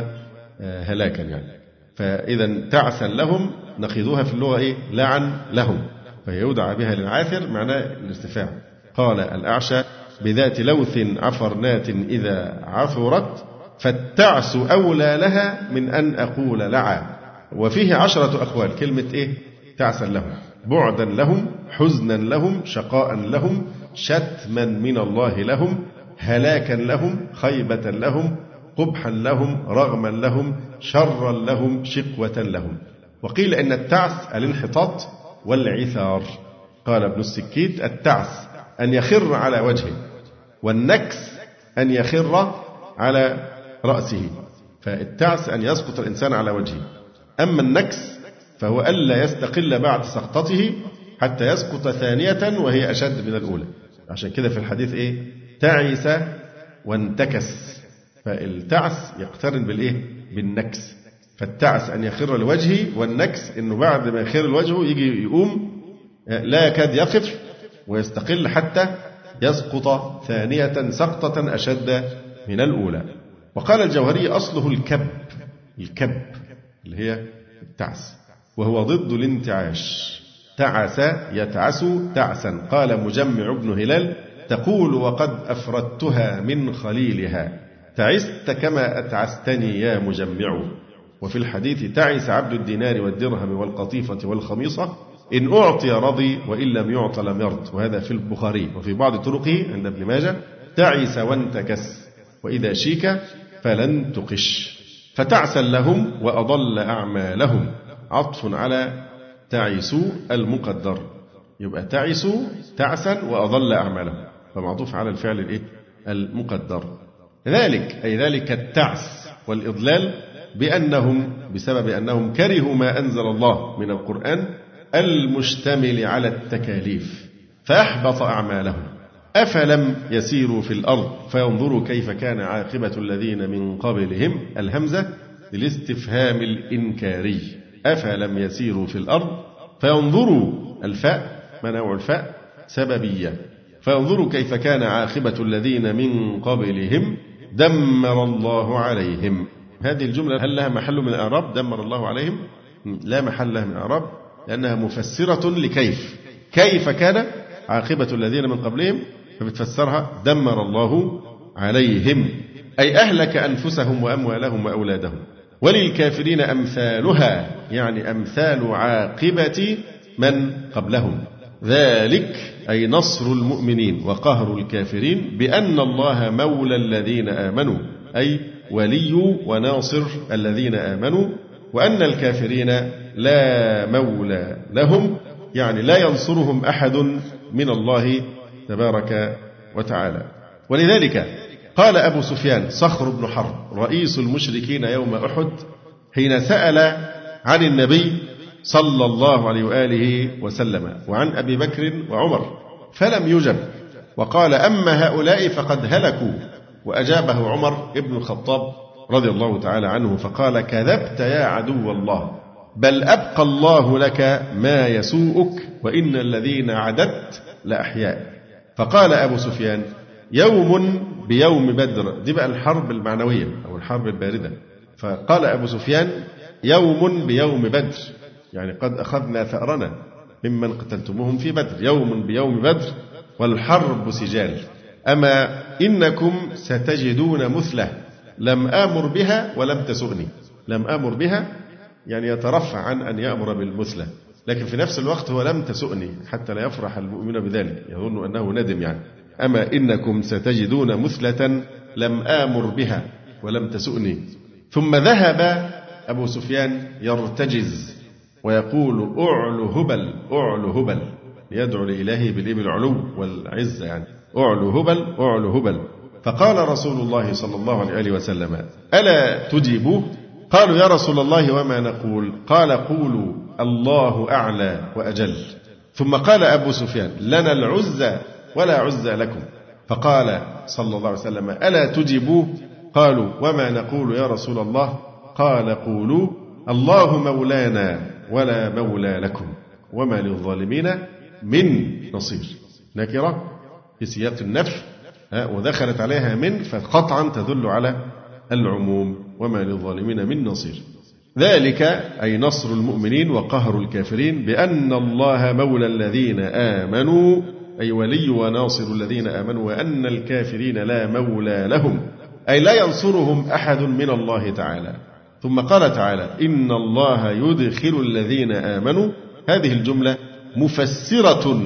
[SPEAKER 2] وهلاكا يعني. فإذا تعسا لهم نقيضها في اللغة إيه؟ لعن لهم، فهي يدعى بها للعاثر، معناه الارتفاع. قال الأعشى: بذات لوث عفرنات إذا عثرت، فالتعس أولى لها من أن أقول لعا. وفيه عشرة أقوال كلمة إيه؟ تعسا لهم: بعدا لهم، حزنا لهم، شقاء لهم، شتما من الله لهم، هلاكا لهم، خيبة لهم، قبحا لهم، رغما لهم، شرا لهم، شقوة لهم. وقيل إن التعس الانحطاط والعثار. قال ابن السكيت: التعس أن يخر على وجهه، والنكس أن يخر على رأسه. فالتعس أن يسقط الإنسان على وجهه، أما النكس فهو ألا يستقل بعد سقطته حتى يسقط ثانية وهي أشد من الأولى. عشان كده في الحديث إيه؟ تعس وانتكس. فالتعس يقترن بالإيه؟ بالنكس. فالتعس أن يخر لوجهه، والنكس إنه بعد ما يخر لوجهه يجي يقوم لا يكاد يقف ويستقل حتى يسقط ثانية سقطة أشد من الأولى. وقال الجوهري: أصله الكب، الكب اللي هي التعس، وهو ضد الانتعاش. تعس يتعس تعسا. قال مجمع بن هلال: تقول وقد أفردتها من خليلها، تعست كما أتعستني يا مجمع. وفي الحديث: تعس عبد الدينار والدرهم والقطيفة والخميصة، إن أعطي رضي وإن لم يعط لم يرض. وهذا في البخاري. وفي بعض طرقه عند ابن ماجه: تعس وانتكس، وإذا شيك فلن تقش. فتعسا لهم وأضل أعمالهم، عطف على تعسوا المقدر. يبقى تعسوا تعسا وأضل أعمالهم، فمعطوف على الفعل الإيه؟ المقدر. ذلك أي ذلك التعس والإضلال بأنهم بسبب أنهم كرهوا ما أنزل الله من القرآن المشتمل على التكاليف، فأحبط أعمالهم. أفلم يسيروا في الأرض فينظروا كيف كان عاقبة الذين من قبلهم، الهمزة للاستفهام الإنكاري. أفلم يسيروا في الأرض فينظروا، الفاء ما نوع الفاء؟ سببية. فينظروا كيف كان عاقبة الذين من قبلهم دمر الله عليهم. هذه الجملة هل لها محل من الإعراب؟ دمر الله عليهم لا محل لها من الإعراب، لأنها مفسرة لكيف. كيف كان عاقبة الذين من قبلهم، فبتفسرها دمر الله عليهم، أي أهلك أنفسهم وأموالهم وأولادهم. وللكافرين أمثالها، يعني أمثال عاقبة من قبلهم. ذلك أي نصر المؤمنين وقهر الكافرين، بأن الله مولى الذين آمنوا، أي ولي وناصر الذين آمنوا، وأن الكافرين لا مولى لهم، يعني لا ينصرهم أحد من الله تبارك وتعالى. ولذلك قال أبو سفيان صخر بن حرب رئيس المشركين يوم أحد حين سأل عن النبي صلى الله عليه وآله وسلم وعن أبي بكر وعمر فلم يجب، وقال أما هؤلاء فقد هلكوا. وأجابه عمر بن الخطاب رضي الله تعالى عنه فقال كذبت يا عدو الله، بل أبقى الله لك ما يسوءك وإن الذين عددت لأحياء. فقال أبو سفيان يوم بيوم بدر، دي بقى الحرب المعنوية أو الحرب الباردة. فقال أبو سفيان يوم بيوم بدر، يعني قد أخذنا ثأرنا ممن قتلتموهم في بدر، يوم بيوم بدر والحرب سجال. أما إنكم ستجدون مثله لم آمر بها ولم تسؤني. لم آمر بها يعني يترفع عن أن يأمر بالمثلة، لكن في نفس الوقت هو لم تسؤني حتى لا يفرح المؤمن بذلك، يظن أنه ندم يعني. أما إنكم ستجدون مثلة لم آمر بها ولم تسؤني. ثم ذهب أبو سفيان يرتجز ويقول أعلو هبل أعلو هبل، يدعو لإلهه بالإبل العلو والعزة، يعني أعلو هبل أعلو هبل. فقال رسول الله صلى الله عليه وسلم ألا تجيبوه؟ قالوا يا رسول الله وما نقول؟ قال قولوا الله أعلى وأجل. ثم قال أبو سفيان لنا العزة ولا عزة لكم. فقال صلى الله عليه وسلم ألا تجيبوه؟ قالوا وما نقول يا رسول الله؟ قال قولوا الله مولانا ولا مولى لكم وما للظالمين من نصير. نكرة في سياق النفي ودخلت عليها من، فقطعا تدل على العموم، وما للظالمين من نصير. ذلك أي نصر المؤمنين وقهر الكافرين بأن الله مولى الذين آمنوا، أي ولي وناصر الذين آمنوا، وأن الكافرين لا مولى لهم، أي لا ينصرهم أحد من الله تعالى. ثم قال تعالى إن الله يدخل الذين آمنوا، هذه الجملة مفسرة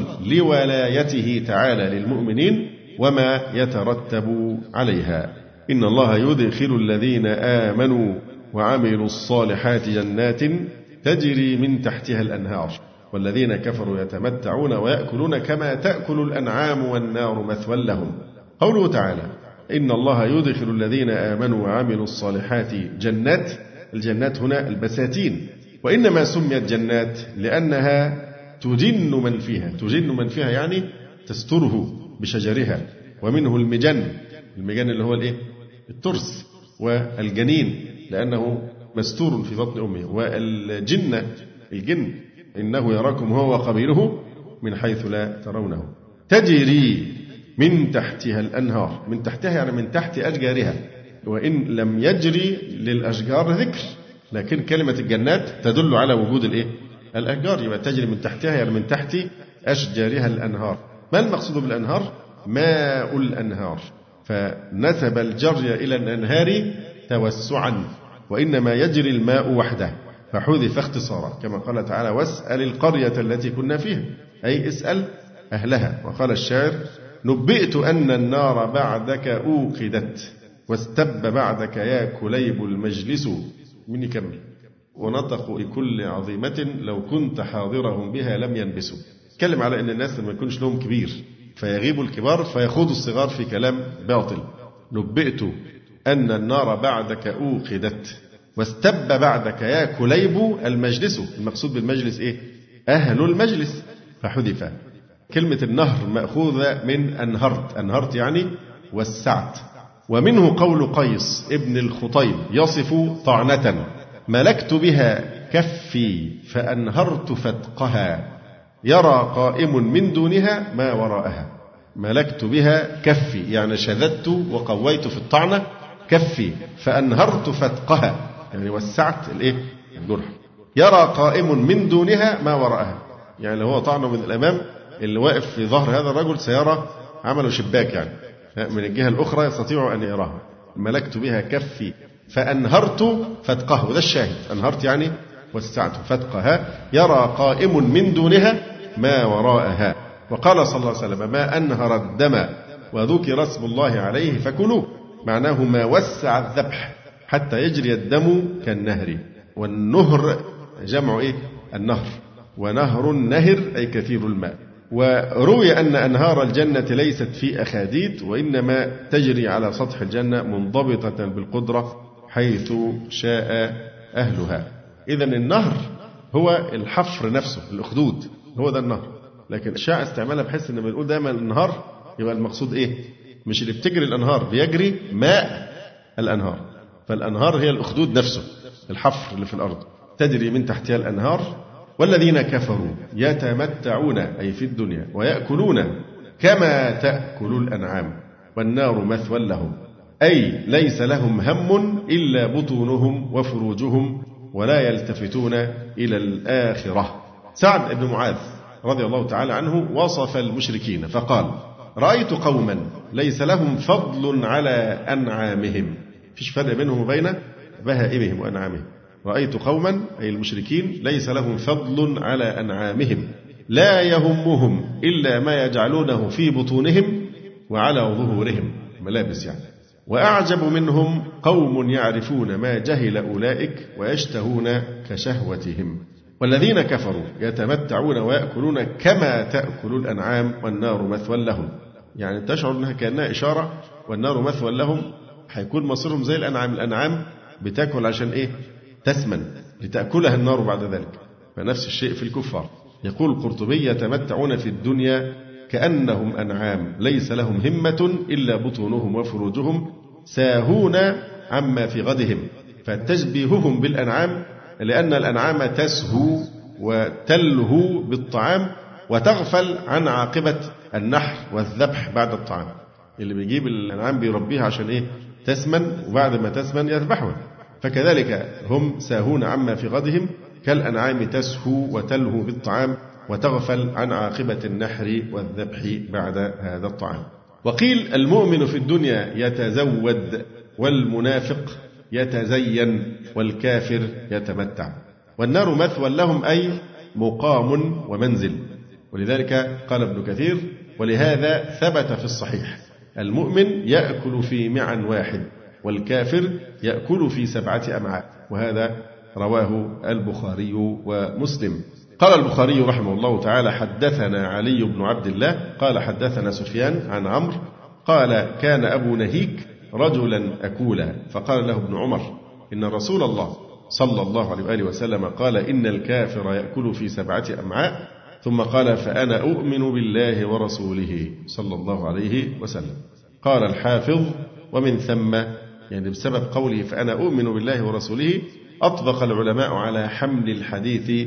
[SPEAKER 2] لولايته تعالى للمؤمنين وما يترتب عليها. إن الله يدخل الذين آمنوا وعملوا الصالحات جنات تجري من تحتها الأنهار والذين كفروا يتمتعون ويأكلون كما تأكل الأنعام والنار مثوى لهم. قوله تعالى إن الله يدخل الذين آمنوا وعملوا الصالحات جنات، الجنات هنا البساتين، وإنما سميت جنات لأنها تجن من فيها، تجن من فيها يعني تستره بشجرها، ومنه المجن، المجن اللي هو الايه؟ الترس، والجنين لأنه مستور في بطن أمه، والجنة الجن إنه يراكم هو وقبيله من حيث لا ترونه. تجري من تحتها الأنهار، من تحتها يعني من تحت أشجارها، وإن لم يجري للأشجار ذكر، لكن كلمة الجنات تدل على وجود الإيه؟ الأشجار، يبقى تجري من تحتها يعني من تحت أشجارها الأنهار. ما المقصود بالأنهار؟ ماء الأنهار، فنسب الجري إلى الأنهار توسعا، وإنما يجري الماء وحده فحذف اختصارا، كما قال تعالى واسأل القرية التي كنا فيها، أي اسأل أهلها. وقال الشاعر نبئت أن النار بعدك أوقدت واستب بعدك يا كليب المجلس. من يكمل ونطقوا كل عظيمة لو كنت حاضرهم بها لم ينبسوا. اتكلم على أن الناس لما يكونش لهم كبير فيغيبوا الكبار فيخوضوا الصغار في كلام باطل. نبئت أن النار بعدك أوقدت واستب بعدك يا كليب المجلس. المقصود بالمجلس إيه؟ أهل المجلس، فحذف. كلمة النهر مأخوذة من أنهرت، أنهرت يعني وسعت. ومنه قول قيس ابن الخطيب يصف طعنة ملكت بها كفي فأنهرت فتقها يرى قائم من دونها ما وراءها. ملكت بها كفي يعني شددت وقويت في الطعنة كفي فأنهرت فتقها يعني وسعت الايه؟ الجرح. يرى قائم من دونها ما وراءها، يعني هو طعنه من الأمام، اللي واقف في ظهر هذا الرجل سيرى عمله شباك، يعني من الجهة الأخرى يستطيع أن يراها. ملكت بها كفي فأنهرت فتقه، وده الشاهد، أنهرت يعني وسعت فتقها يرى قائم من دونها ما وراءها. وقال صلى الله عليه وسلم ما أنهر الدم وذكر اسم الله عليه فكلوه، معناه ما وسع الذبح حتى يجري الدم كالنهر. والنهر جمع إيه؟ النهر، ونهر النهر أي كثير الماء. وروي أن أنهار الجنة ليست في أخاديد، وإنما تجري على سطح الجنة منضبطة بالقدرة حيث شاء أهلها. إذن النهر هو الحفر نفسه، الأخدود هو ده النهر. لكن شاء استعمالها بحيث إن بنقول دايما النهر يبقى المقصود إيه؟ مش اللي بتجري الأنهار، بيجري ماء الأنهار. فالأنهار هي الأخدود نفسه، الحفر اللي في الأرض تجري من تحتها الأنهار. والذين كفروا يتمتعون أي في الدنيا ويأكلون كما تأكل الأنعام والنار مثوى لهم، أي ليس لهم هم إلا بطونهم وفروجهم ولا يلتفتون إلى الآخرة. سعد بن معاذ رضي الله تعالى عنه وصف المشركين فقال: رأيت قوما ليس لهم فضل على أنعامهم. فيش فرق بينهم وبين بهائمهم وأنعامهم. رأيت قوما أي المشركين ليس لهم فضل على أنعامهم لا يهمهم إلا ما يجعلونه في بطونهم وعلى ظهورهم، ملابس يعني. وأعجب منهم قوم يعرفون ما جهل أولئك ويشتهون كشهوتهم. والذين كفروا يتمتعون ويأكلون كما تأكل الأنعام والنار مثوى لهم. يعني تشعر أنها كأنها إشارة، والنار مثوى لهم هيكون مصيرهم زي الأنعام. الأنعام بتأكل عشان إيه؟ تسمن، لتأكلها النار بعد ذلك. فنفس الشيء في الكفار. يقول القرطبي: يتمتعون في الدنيا كأنهم أنعام ليس لهم همة إلا بطونهم وفروجهم ساهون عما في غدهم. فتشبيههم بالأنعام لأن الأنعام تسهو وتلهو بالطعام وتغفل عن عاقبة النحر والذبح بعد الطعام. اللي بيجيب الأنعام بيربيها عشان إيه؟ تسمن، وبعد ما تسمن يذبحها. فكذلك هم ساهون عما في غدهم كالأنعام تسهو وتلهو بالطعام وتغفل عن عاقبة النحر والذبح بعد هذا الطعام. وقيل: المؤمن في الدنيا يتزود والمنافق يتزين والكافر يتمتع. والنار مثوى لهم أي مقام ومنزل. ولذلك قال ابن كثير: ولهذا ثبت في الصحيح المؤمن يأكل في معا واحد والكافر يأكل في سبعة أمعاء. وهذا رواه البخاري ومسلم. قال البخاري رحمه الله تعالى: حدثنا علي بن عبد الله قال حدثنا سفيان عن عمرو قال: كان أبو نهيك رجلا أكولا، فقال له ابن عمر: إن رسول الله صلى الله عليه وآله وسلم قال: إن الكافر يأكل في سبعة أمعاء. ثم قال: فأنا أؤمن بالله ورسوله صلى الله عليه وسلم. قال الحافظ: ومن ثم، يعني بسبب قوله فأنا أؤمن بالله ورسوله، أطبق العلماء على حمل الحديث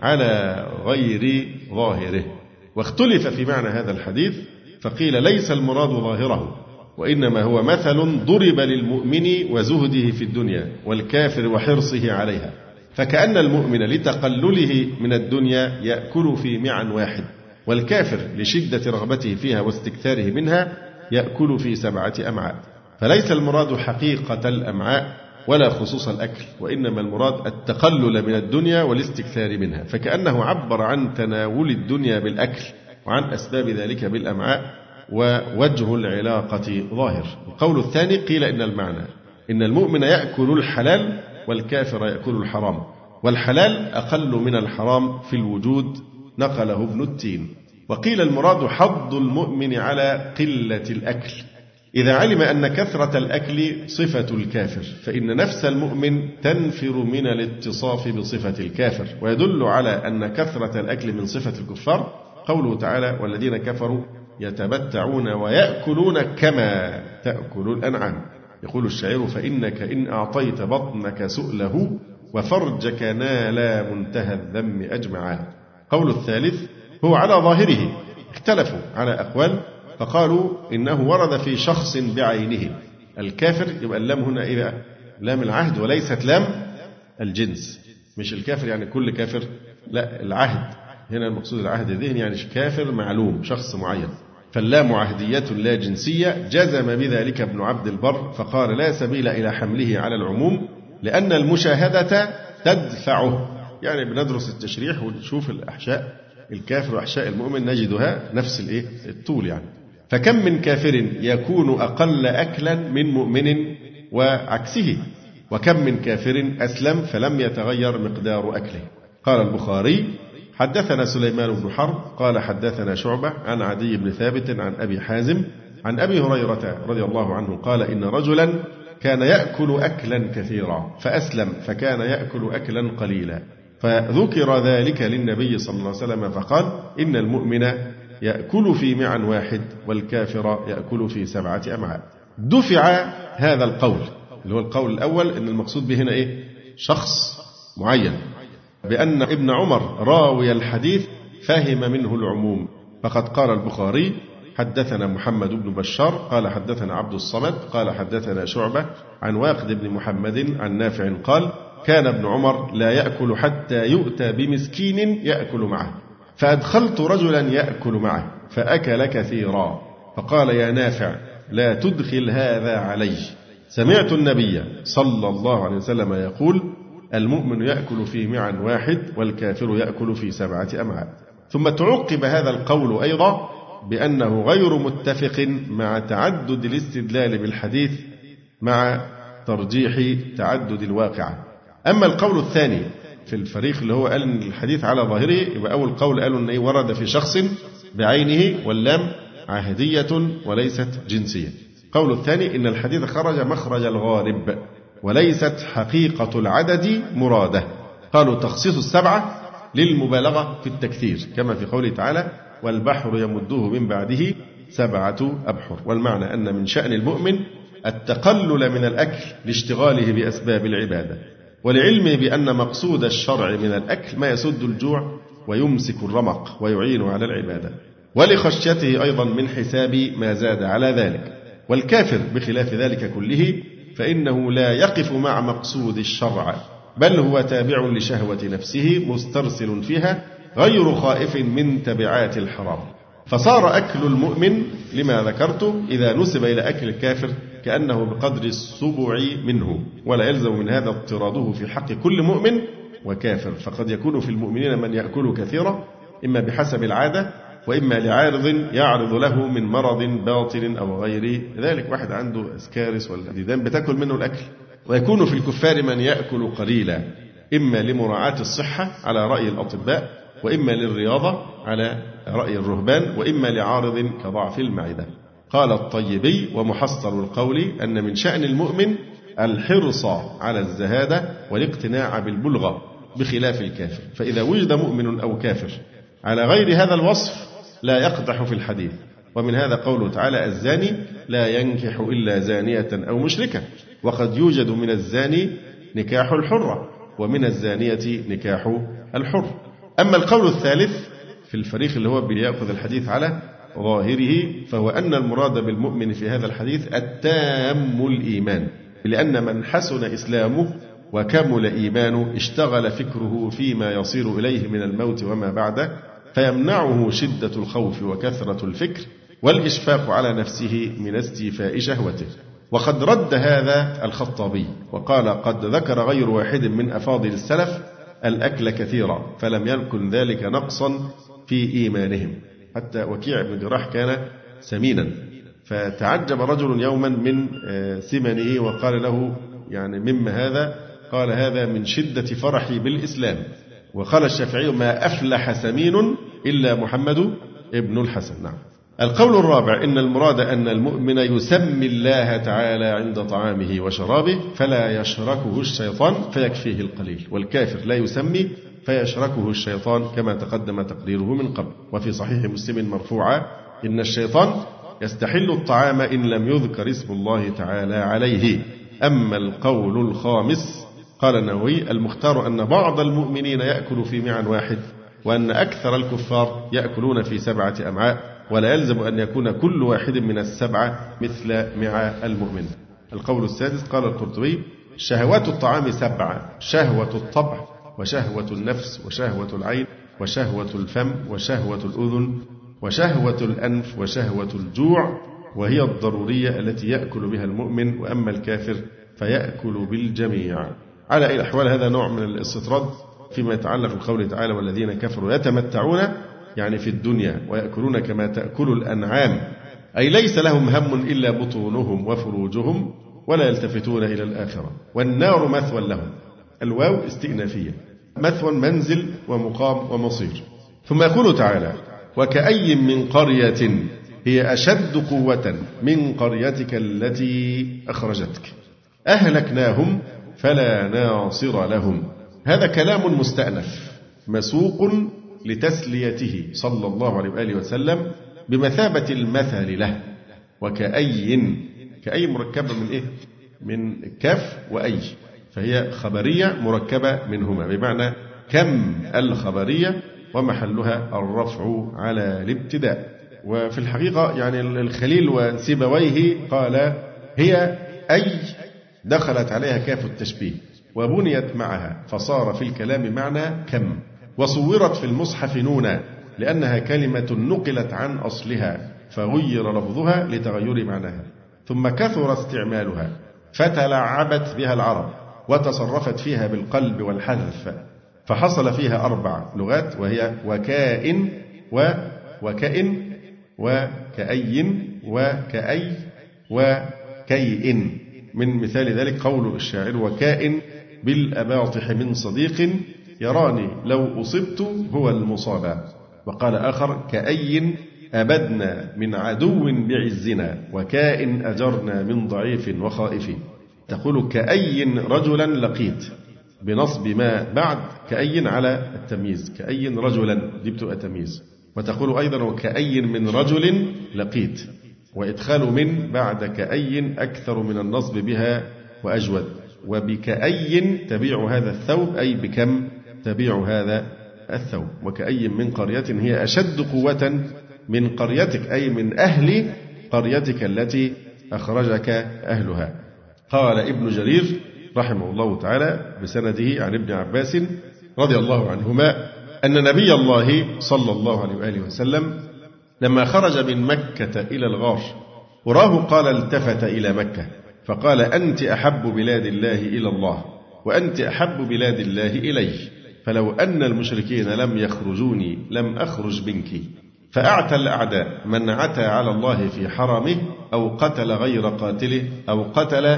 [SPEAKER 2] على غير ظاهره. واختلف في معنى هذا الحديث، فقيل: ليس المراد ظاهره، وإنما هو مثل ضرب للمؤمن وزهده في الدنيا والكافر وحرصه عليها. فكأن المؤمن لتقلله من الدنيا يأكل في معا واحد، والكافر لشدة رغبته فيها واستكثاره منها يأكل في سبعة أمعاء. فليس المراد حقيقة الأمعاء ولا خصوص الأكل، وإنما المراد التقلل من الدنيا والاستكثار منها. فكأنه عبر عن تناول الدنيا بالأكل وعن أسباب ذلك بالأمعاء، ووجه العلاقة ظاهر. القول الثاني قيل إن المعنى إن المؤمن يأكل الحلال والكافر يأكل الحرام، والحلال أقل من الحرام في الوجود، نقله ابن التين. وقيل المراد حض المؤمن على قلة الأكل، إذا علم أن كثرة الأكل صفة الكافر، فإن نفس المؤمن تنفر من الاتصاف بصفة الكافر. ويدل على أن كثرة الأكل من صفة الكفار قوله تعالى: والذين كفروا يتمتعون ويأكلون كما تأكل الأنعام. يقول الشاعر: فإنك إن أعطيت بطنك سؤله وفرجك نالا منتهى الذم أجمعا. قول الثالث هو على ظاهره. اختلفوا على أقوال، فقالوا إنه ورد في شخص بعينه. الكافر يبقى اللام هنا إيه؟ لام العهد وليست لام الجنس. مش الكافر يعني كل كافر، لا، العهد هنا المقصود العهد الذهني، يعني كافر معلوم، شخص معين. فاللام عهدية لا جنسية. جزم بذلك ابن عبد البر فقال: لا سبيل إلى حمله على العموم لأن المشاهدة تدفعه. يعني بندرس التشريح ونشوف الأحشاء الكافر وأحشاء المؤمن نجدها نفس الإيه؟ الطول يعني. فكم من كافر يكون أقل أكلا من مؤمن وعكسه، وكم من كافر أسلم فلم يتغير مقدار أكله. قال البخاري: حدثنا سليمان بن حرب قال حدثنا شعبة عن عدي بن ثابت عن أبي حازم عن أبي هريرة رضي الله عنه قال إن رجلا كان يأكل أكلا كثيرا فأسلم فكان يأكل أكلا قليلا، فذكر ذلك للنبي صلى الله عليه وسلم فقال إن المؤمن يأكل في معا واحد والكافر يأكل في سبعة أمعاء. دفع هذا القول اللي هو القول الأول إن المقصود به هنا إيه؟ شخص معين، بأن ابن عمر راوي الحديث فهم منه العموم، فقد قال البخاري حدثنا محمد بن بشار قال حدثنا عبد الصمد قال حدثنا شعبة عن واقد بن محمد عن نافع قال كان ابن عمر لا يأكل حتى يؤتى بمسكين يأكل معه، فأدخلت رجلا يأكل معه فأكل كثيرا، فقال يا نافع لا تدخل هذا علي، سمعت النبي صلى الله عليه وسلم يقول المؤمن يأكل في معا واحد والكافر يأكل في سبعة أمعاء. ثم تعقب هذا القول أيضا بأنه غير متفق مع تعدد الاستدلال بالحديث مع ترجيح تعدد الواقعة. أما القول الثاني في الفريق اللي هو قال إن الحديث على ظاهره، يبقى أول قول قالوا إن ورد في شخص بعينه واللام عهدية وليست جنسية. القول الثاني إن الحديث خرج مخرج الغالب وليست حقيقة العدد مرادة. قالوا تخصيص السبعة للمبالغة في التكثير كما في قوله تعالى والبحر يمده من بعده سبعة أبحر، والمعنى أن من شأن المؤمن التقلل من الأكل لاشتغاله بأسباب العبادة، ولعلمه بأن مقصود الشرع من الأكل ما يسد الجوع ويمسك الرمق ويعين على العبادة، ولخشيته أيضا من حساب ما زاد على ذلك. والكافر بخلاف ذلك كله فإنه لا يقف مع مقصود الشرع، بل هو تابع لشهوة نفسه مسترسل فيها غير خائف من تبعات الحرام، فصار أكل المؤمن لما ذكرت إذا نسب إلى أكل الكافر كأنه بقدر السبع منه، ولا يلزم من هذا اضطراده في حق كل مؤمن وكافر، فقد يكون في المؤمنين من يأكل كثيرا إما بحسب العادة وإما لعارض يعرض له من مرض باطل أو غير ذلك، واحد عنده أسكارس ولا ديدان بتأكل منه الأكل. ويكون في الكفار من يأكل قليلا إما لمراعاة الصحة على رأي الأطباء، وإما للرياضة على رأي الرهبان، وإما لعارض كضعف المعدة. قال الطيبي ومحصل القول أن من شأن المؤمن الحرص على الزهادة والاقتناع بالبلغة بخلاف الكافر، فإذا وجد مؤمن أو كافر على غير هذا الوصف لا يقدح في الحديث. ومن هذا قوله تعالى الزاني لا ينكح إلا زانية أو مشركة، وقد يوجد من الزاني نكاح الحرة ومن الزانية نكاح الحر. أما القول الثالث في الفريق اللي هو بيأخذ الحديث على ظاهره فهو أن المراد بالمؤمن في هذا الحديث التام الإيمان، لأن من حسن إسلامه وكمل إيمانه اشتغل فكره فيما يصير إليه من الموت وما بعده، فيمنعه شدة الخوف وكثرة الفكر والإشفاق على نفسه من استيفاء شهوته. وقد رد هذا الخطابي وقال قد ذكر غير واحد من أفاضل السلف الأكل كثيرا فلم يكن ذلك نقصا في إيمانهم، حتى وكيع بن جراح كان سمينا، فتعجب رجل يوما من سمنه وقال له يعني مما هذا؟ قال هذا من شدة فرحي بالإسلام. وقال الشافعي ما أفلح سمين إلا محمد ابن الحسن. نعم. القول الرابع إن المراد أن المؤمن يسمي الله تعالى عند طعامه وشرابه فلا يشركه الشيطان فيكفيه القليل، والكافر لا يسمي فيشركه الشيطان كما تقدم تقديره من قبل. وفي صحيح مسلم مرفوعا إن الشيطان يستحل الطعام إن لم يذكر اسم الله تعالى عليه. أما القول الخامس قال النووي المختار أن بعض المؤمنين يأكل في معا واحد وأن أكثر الكفار يأكلون في سبعة أمعاء، ولا يلزم أن يكون كل واحد من السبعة مثل معا المؤمن. القول السادس قال القرطبي شهوات الطعام سبعة: شهوة الطبع وشهوة النفس وشهوة العين وشهوة الفم وشهوة الأذن وشهوة الأنف وشهوة الجوع، وهي الضرورية التي يأكل بها المؤمن، وأما الكافر فيأكل بالجميع. على أي الأحوال هذا نوع من الاستطراد فيما يتعلق بقوله تعالى والذين كفروا يتمتعون يعني في الدنيا ويأكلون كما تأكل الأنعام، أي ليس لهم هم إلا بطونهم وفروجهم ولا يلتفتون إلى الآخرة، والنار مثوى لهم. الواو استئنافية مثوى منزل ومقام ومصير. ثم يقول تعالى: وكأي من قرية هي أشد قوة من قريتك التي أخرجتك أهلكناهم فلا ناصر لهم. هذا كلام مستأنف مسوق لتسليته صلى الله عليه وآله وسلم بمثابة المثل له. وكأي، كأي مركبة من إيه؟ من كاف وأي، فهي خبرية مركبة منهما، بمعنى كم الخبرية ومحلها الرفع على الابتداء. وفي الحقيقة يعني الخليل وسيبويه قال: هي أي دخلت عليها كاف التشبيه وبنيت معها فصار في الكلام معنى كم، وصورت في المصحف نونا لأنها كلمة نقلت عن أصلها فغير لفظها لتغير معناها، ثم كثر استعمالها فتلاعبت بها العرب وتصرفت فيها بالقلب والحذف، فحصل فيها أربع لغات، وهي وكائن و وكائن وكأي وكأي وكيئن. من مثال ذلك قول الشاعر: وكائن بالأباطح من صديق يراني لو أصبت هو المصابة. وقال آخر: كأي أبدنا من عدو بعزنا وكائن أجرنا من ضعيف وخائف. تقول كأي رجلا لقيت بنصب ما بعد كأي على التمييز، كأي رجلا دي بتبقى تمييز. وتقول أيضا: وكأي من رجل لقيت، وإدخال من بعد كأي أكثر من النصب بها وأجود. وبكأي تبيع هذا الثوب، أي بكم تبيع هذا الثوب. وكأي من قرية هي أشد قوة من قريتك، أي من أهل قريتك التي أخرجك أهلها. قال ابن جرير رحمه الله تعالى بسنده عن ابن عباس رضي الله عنهما أن نبي الله صلى الله عليه وآله وسلم لما خرج من مكة إلى الغار وراه قال: التفت إلى مكة فقال: أنت أحب بلاد الله إلى الله وأنت أحب بلاد الله إلي، فلو أن المشركين لم يخرجوني لم أخرج منك. فأعتى الأعداء من عتى على الله في حرمه أو قتل غير قاتله أو قتل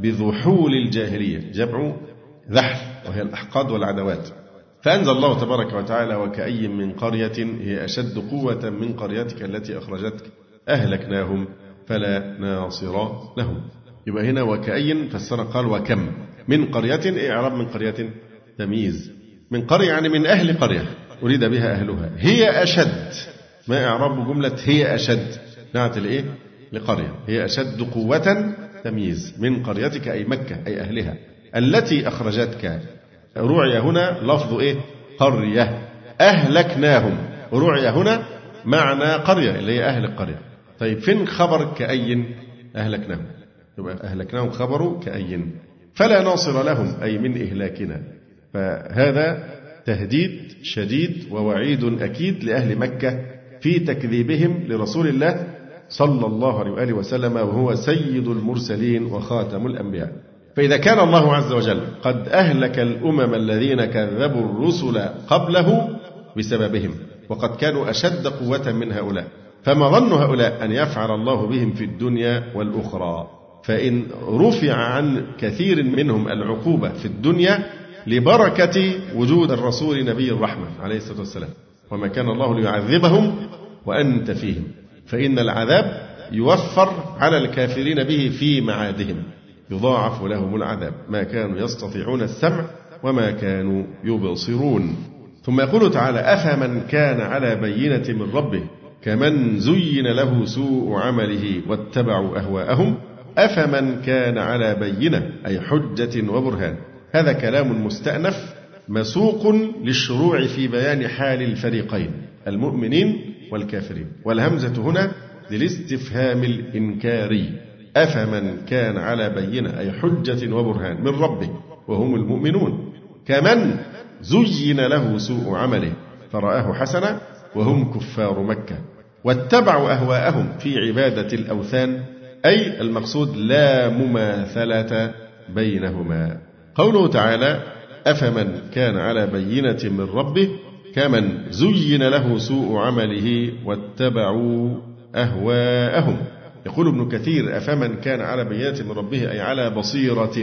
[SPEAKER 2] بذحول الجاهلية، جمع ذحل وهي الأحقاد والعدوات. فأنزل الله تبارك وتعالى: وكأي من قرية هي أشد قوة من قريتك التي أخرجتك أهلكناهم فلا ناصر لهم. يبقى هنا وكأي فسر قال وكم من قرية، إيه إعراب من قرية؟ تمييز. من قرية يعني من أهل قرية أريد بها أهلها. هي أشد، ما إعراب جملة هي أشد؟ نعت لإيه؟ لقرية. هي أشد قوة تمييز من قريتك أي مكة أي أهلها التي أخرجتك. رعي هنا لفظ إيه؟ قرية. أهلكناهم رعي هنا معنى قرية اللي هي أهل القرية. طيب فين خبر كأي؟ أهلكناهم، يبقى أهلكناهم خبر كأي فلا ناصر لهم أي من إهلاكنا. فهذا تهديد شديد ووعيد أكيد لأهل مكة في تكذيبهم لرسول الله صلى الله عليه وآله وسلم وهو سيد المرسلين وخاتم الأنبياء. فإذا كان الله عز وجل قد أهلك الأمم الذين كذبوا الرسل قبله بسببهم وقد كانوا أشد قوة من هؤلاء، فما ظن هؤلاء أن يفعل الله بهم في الدنيا والأخرى؟ فإن رفع عن كثير منهم العقوبة في الدنيا لبركة وجود الرسول نبي الرحمة عليه الصلاة والسلام، وما كان الله ليعذبهم وأنت فيهم، فإن العذاب يوفر على الكافرين به في معادهم، يضاعف لهم العذاب، ما كانوا يستطيعون السمع وما كانوا يبصرون. ثم يقول تعالى: أفمن كان على بينة من ربه كمن زين له سوء عمله واتبعوا أهواءهم. أفمن كان على بينة أي حجة وبرهان. هذا كلام مستأنف مسوق للشروع في بيان حال الفريقين المؤمنين والكافرين، والهمزة هنا للاستفهام الإنكاري. أفمن كان على بينة أي حجة وبرهان من ربه وهم المؤمنون كمن زين له سوء عمله فرآه حسنا وهم كفار مكة واتبعوا أهواءهم في عبادة الأوثان، أي المقصود لا مماثلة بينهما. قوله تعالى: أفمن كان على بينة من ربه كمن زين له سوء عمله واتبعوا أهواءهم. يقول ابن كثير: أفمن كان على بينة من ربه أي على بصيرة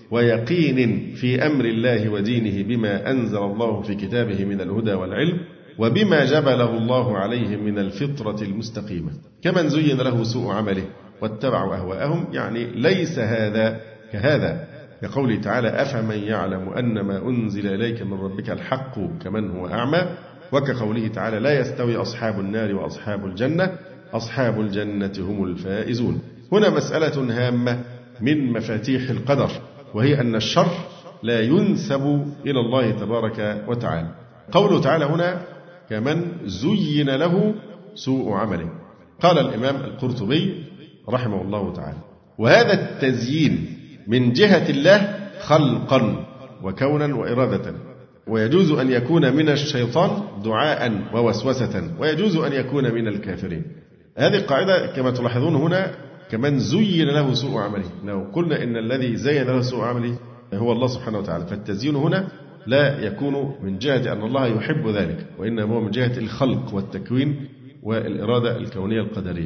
[SPEAKER 2] ويقين في أمر الله ودينه بما أنزل الله في كتابه من الهدى والعلم وبما جبله الله عليه من الفطرة المستقيمة، كمن زين له سوء عمله واتبعوا أهواءهم. يعني ليس هذا كهذا، كقوله تعالى: أفمن يعلم أن ما أنزل إليك من ربك الحق كمن هو أعمى، وكقوله تعالى: لا يستوي أصحاب النار وأصحاب الجنة أصحاب الجنة هم الفائزون. هنا مسألة هامة من مفاتيح القدر، وهي أن الشر لا ينسب إلى الله تبارك وتعالى. قوله تعالى هنا: كمن زين له سوء عمله. قال الإمام القرطبي رحمه الله تعالى: وهذا التزيين من جهة الله خلقا وكونا وإرادة، ويجوز أن يكون من الشيطان دعاء ووسوسة، ويجوز أن يكون من الكافرين. هذه القاعدة كما تلاحظون هنا: كمن زين له سوء عمله. لو قلنا إن الذي زين له سوء عمله هو الله سبحانه وتعالى، فالتزيين هنا لا يكون من جهة أن الله يحب ذلك، وإنما هو من جهة الخلق والتكوين والإرادة الكونية القدرية.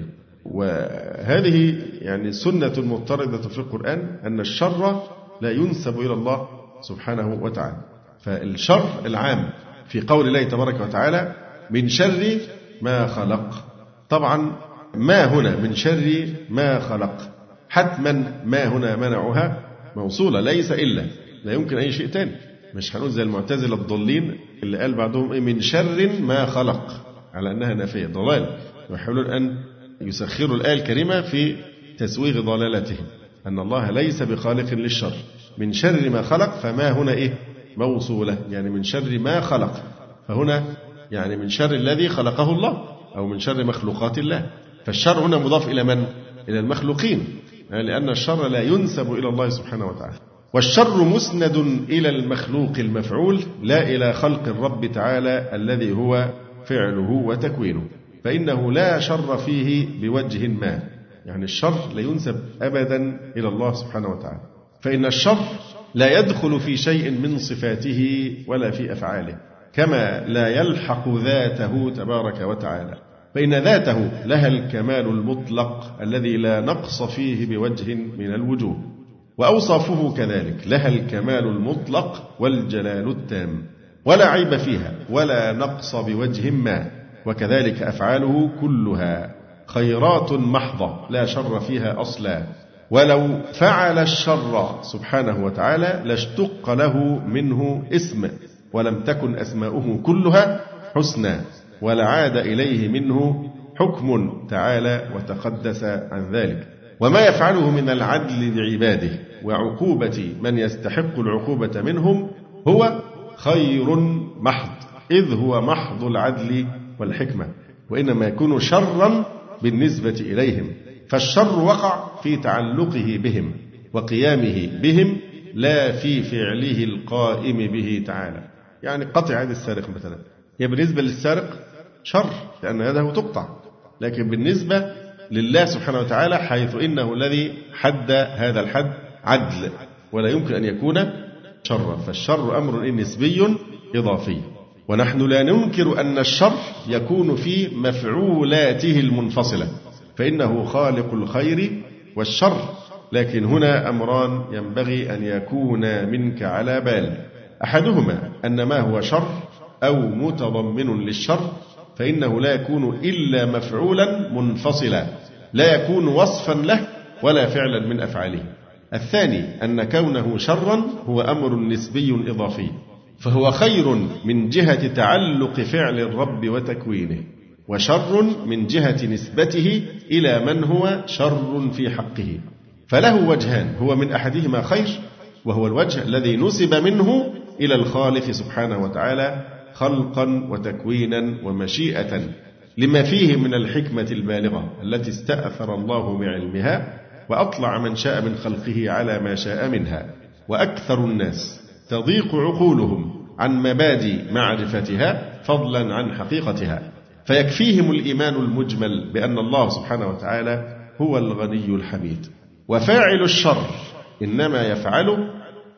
[SPEAKER 2] وهذه يعني سنة مضطردة في القرآن، أن الشر لا ينسب إلى الله سبحانه وتعالى. فالشر العام في قول الله تبارك وتعالى: من شر ما خلق. طبعا ما هنا من شر ما خلق، حتما ما هنا منعها موصولة، ليس إلا، لا يمكن أي شيء تاني. مش هنقول زي المعتزلة الضالين اللي قال بعضهم إيه من شر ما خلق على أنها نافية، ضلال، ويحاولون أن يسخروا الآية الكريمة في تسويغ ضلالتهم، أن الله ليس بخالق للشر. من شر ما خلق، فما هنا إيه موصولة، يعني من شر ما خلق، فهنا يعني من شر الذي خلقه الله أو من شر مخلوقات الله. فالشر هنا مضاف إلى من؟ إلى المخلوقين، لأن الشر لا ينسب إلى الله سبحانه وتعالى. والشر مسند إلى المخلوق المفعول، لا إلى خلق الرب تعالى الذي هو فعله وتكوينه، فإنه لا شر فيه بوجه ما. يعني الشر لا ينسب أبدا إلى الله سبحانه وتعالى، فإن الشر لا يدخل في شيء من صفاته ولا في أفعاله، كما لا يلحق ذاته تبارك وتعالى، فإن ذاته لها الكمال المطلق الذي لا نقص فيه بوجه من الوجوه، وأوصافه كذلك لها الكمال المطلق والجلال التام، ولا عيب فيها ولا نقص بوجه ما. وكذلك أفعاله كلها خيرات محضة لا شر فيها أصلا، ولو فعل الشر سبحانه وتعالى لاشتق له منه اسم، ولم تكن أسماؤه كلها حسنى، ولعاد إليه منه حكم تعالى وتقدس عن ذلك. وما يفعله من العدل لعباده وعقوبة من يستحق العقوبة منهم هو خير محض، إذ هو محض العدل والحكمة، وإنما يكون شرا بالنسبة إليهم. فالشر وقع في تعلقه بهم وقيامه بهم، لا في فعله القائم به تعالى. يعني قطع يد السارق مثلا، هي بالنسبة للسارق شر لأن يده تقطع، لكن بالنسبة لله سبحانه وتعالى حيث إنه الذي حد هذا الحد عدل، ولا يمكن أن يكون شرا. فالشر أمر نسبي إضافي، ونحن لا ننكر أن الشر يكون في مفعولاته المنفصلة، فإنه خالق الخير والشر، لكن هنا أمران ينبغي أن يكون منك على بال: أحدهما أن ما هو شر أو متضمن للشر فإنه لا يكون إلا مفعولا منفصلا، لا يكون وصفا له ولا فعلا من أفعاله. الثاني أن كونه شرا هو أمر نسبي إضافي، فهو خير من جهة تعلق فعل الرب وتكوينه، وشر من جهة نسبته إلى من هو شر في حقه. فله وجهان، هو من أحدهما خير، وهو الوجه الذي نسب منه إلى الخالق سبحانه وتعالى خلقا وتكوينا ومشيئة، لما فيه من الحكمة البالغة التي استأثر الله بعلمها وأطلع من شاء من خلقه على ما شاء منها. وأكثر الناس تضيق عقولهم عن مبادئ معرفتها فضلا عن حقيقتها، فيكفيهم الإيمان المجمل بأن الله سبحانه وتعالى هو الغني الحميد. وفاعل الشر إنما يفعله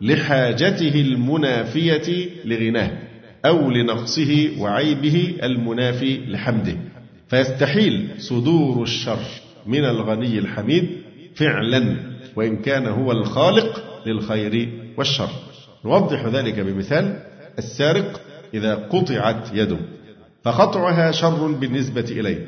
[SPEAKER 2] لحاجته المنافية لغناه أو لنقصه وعيبه المنافي لحمده، فيستحيل صدور الشر من الغني الحميد فعلا، وإن كان هو الخالق للخير والشر. نوضح ذلك بمثال: السارق إذا قطعت يده فقطعها شر بالنسبة إليه،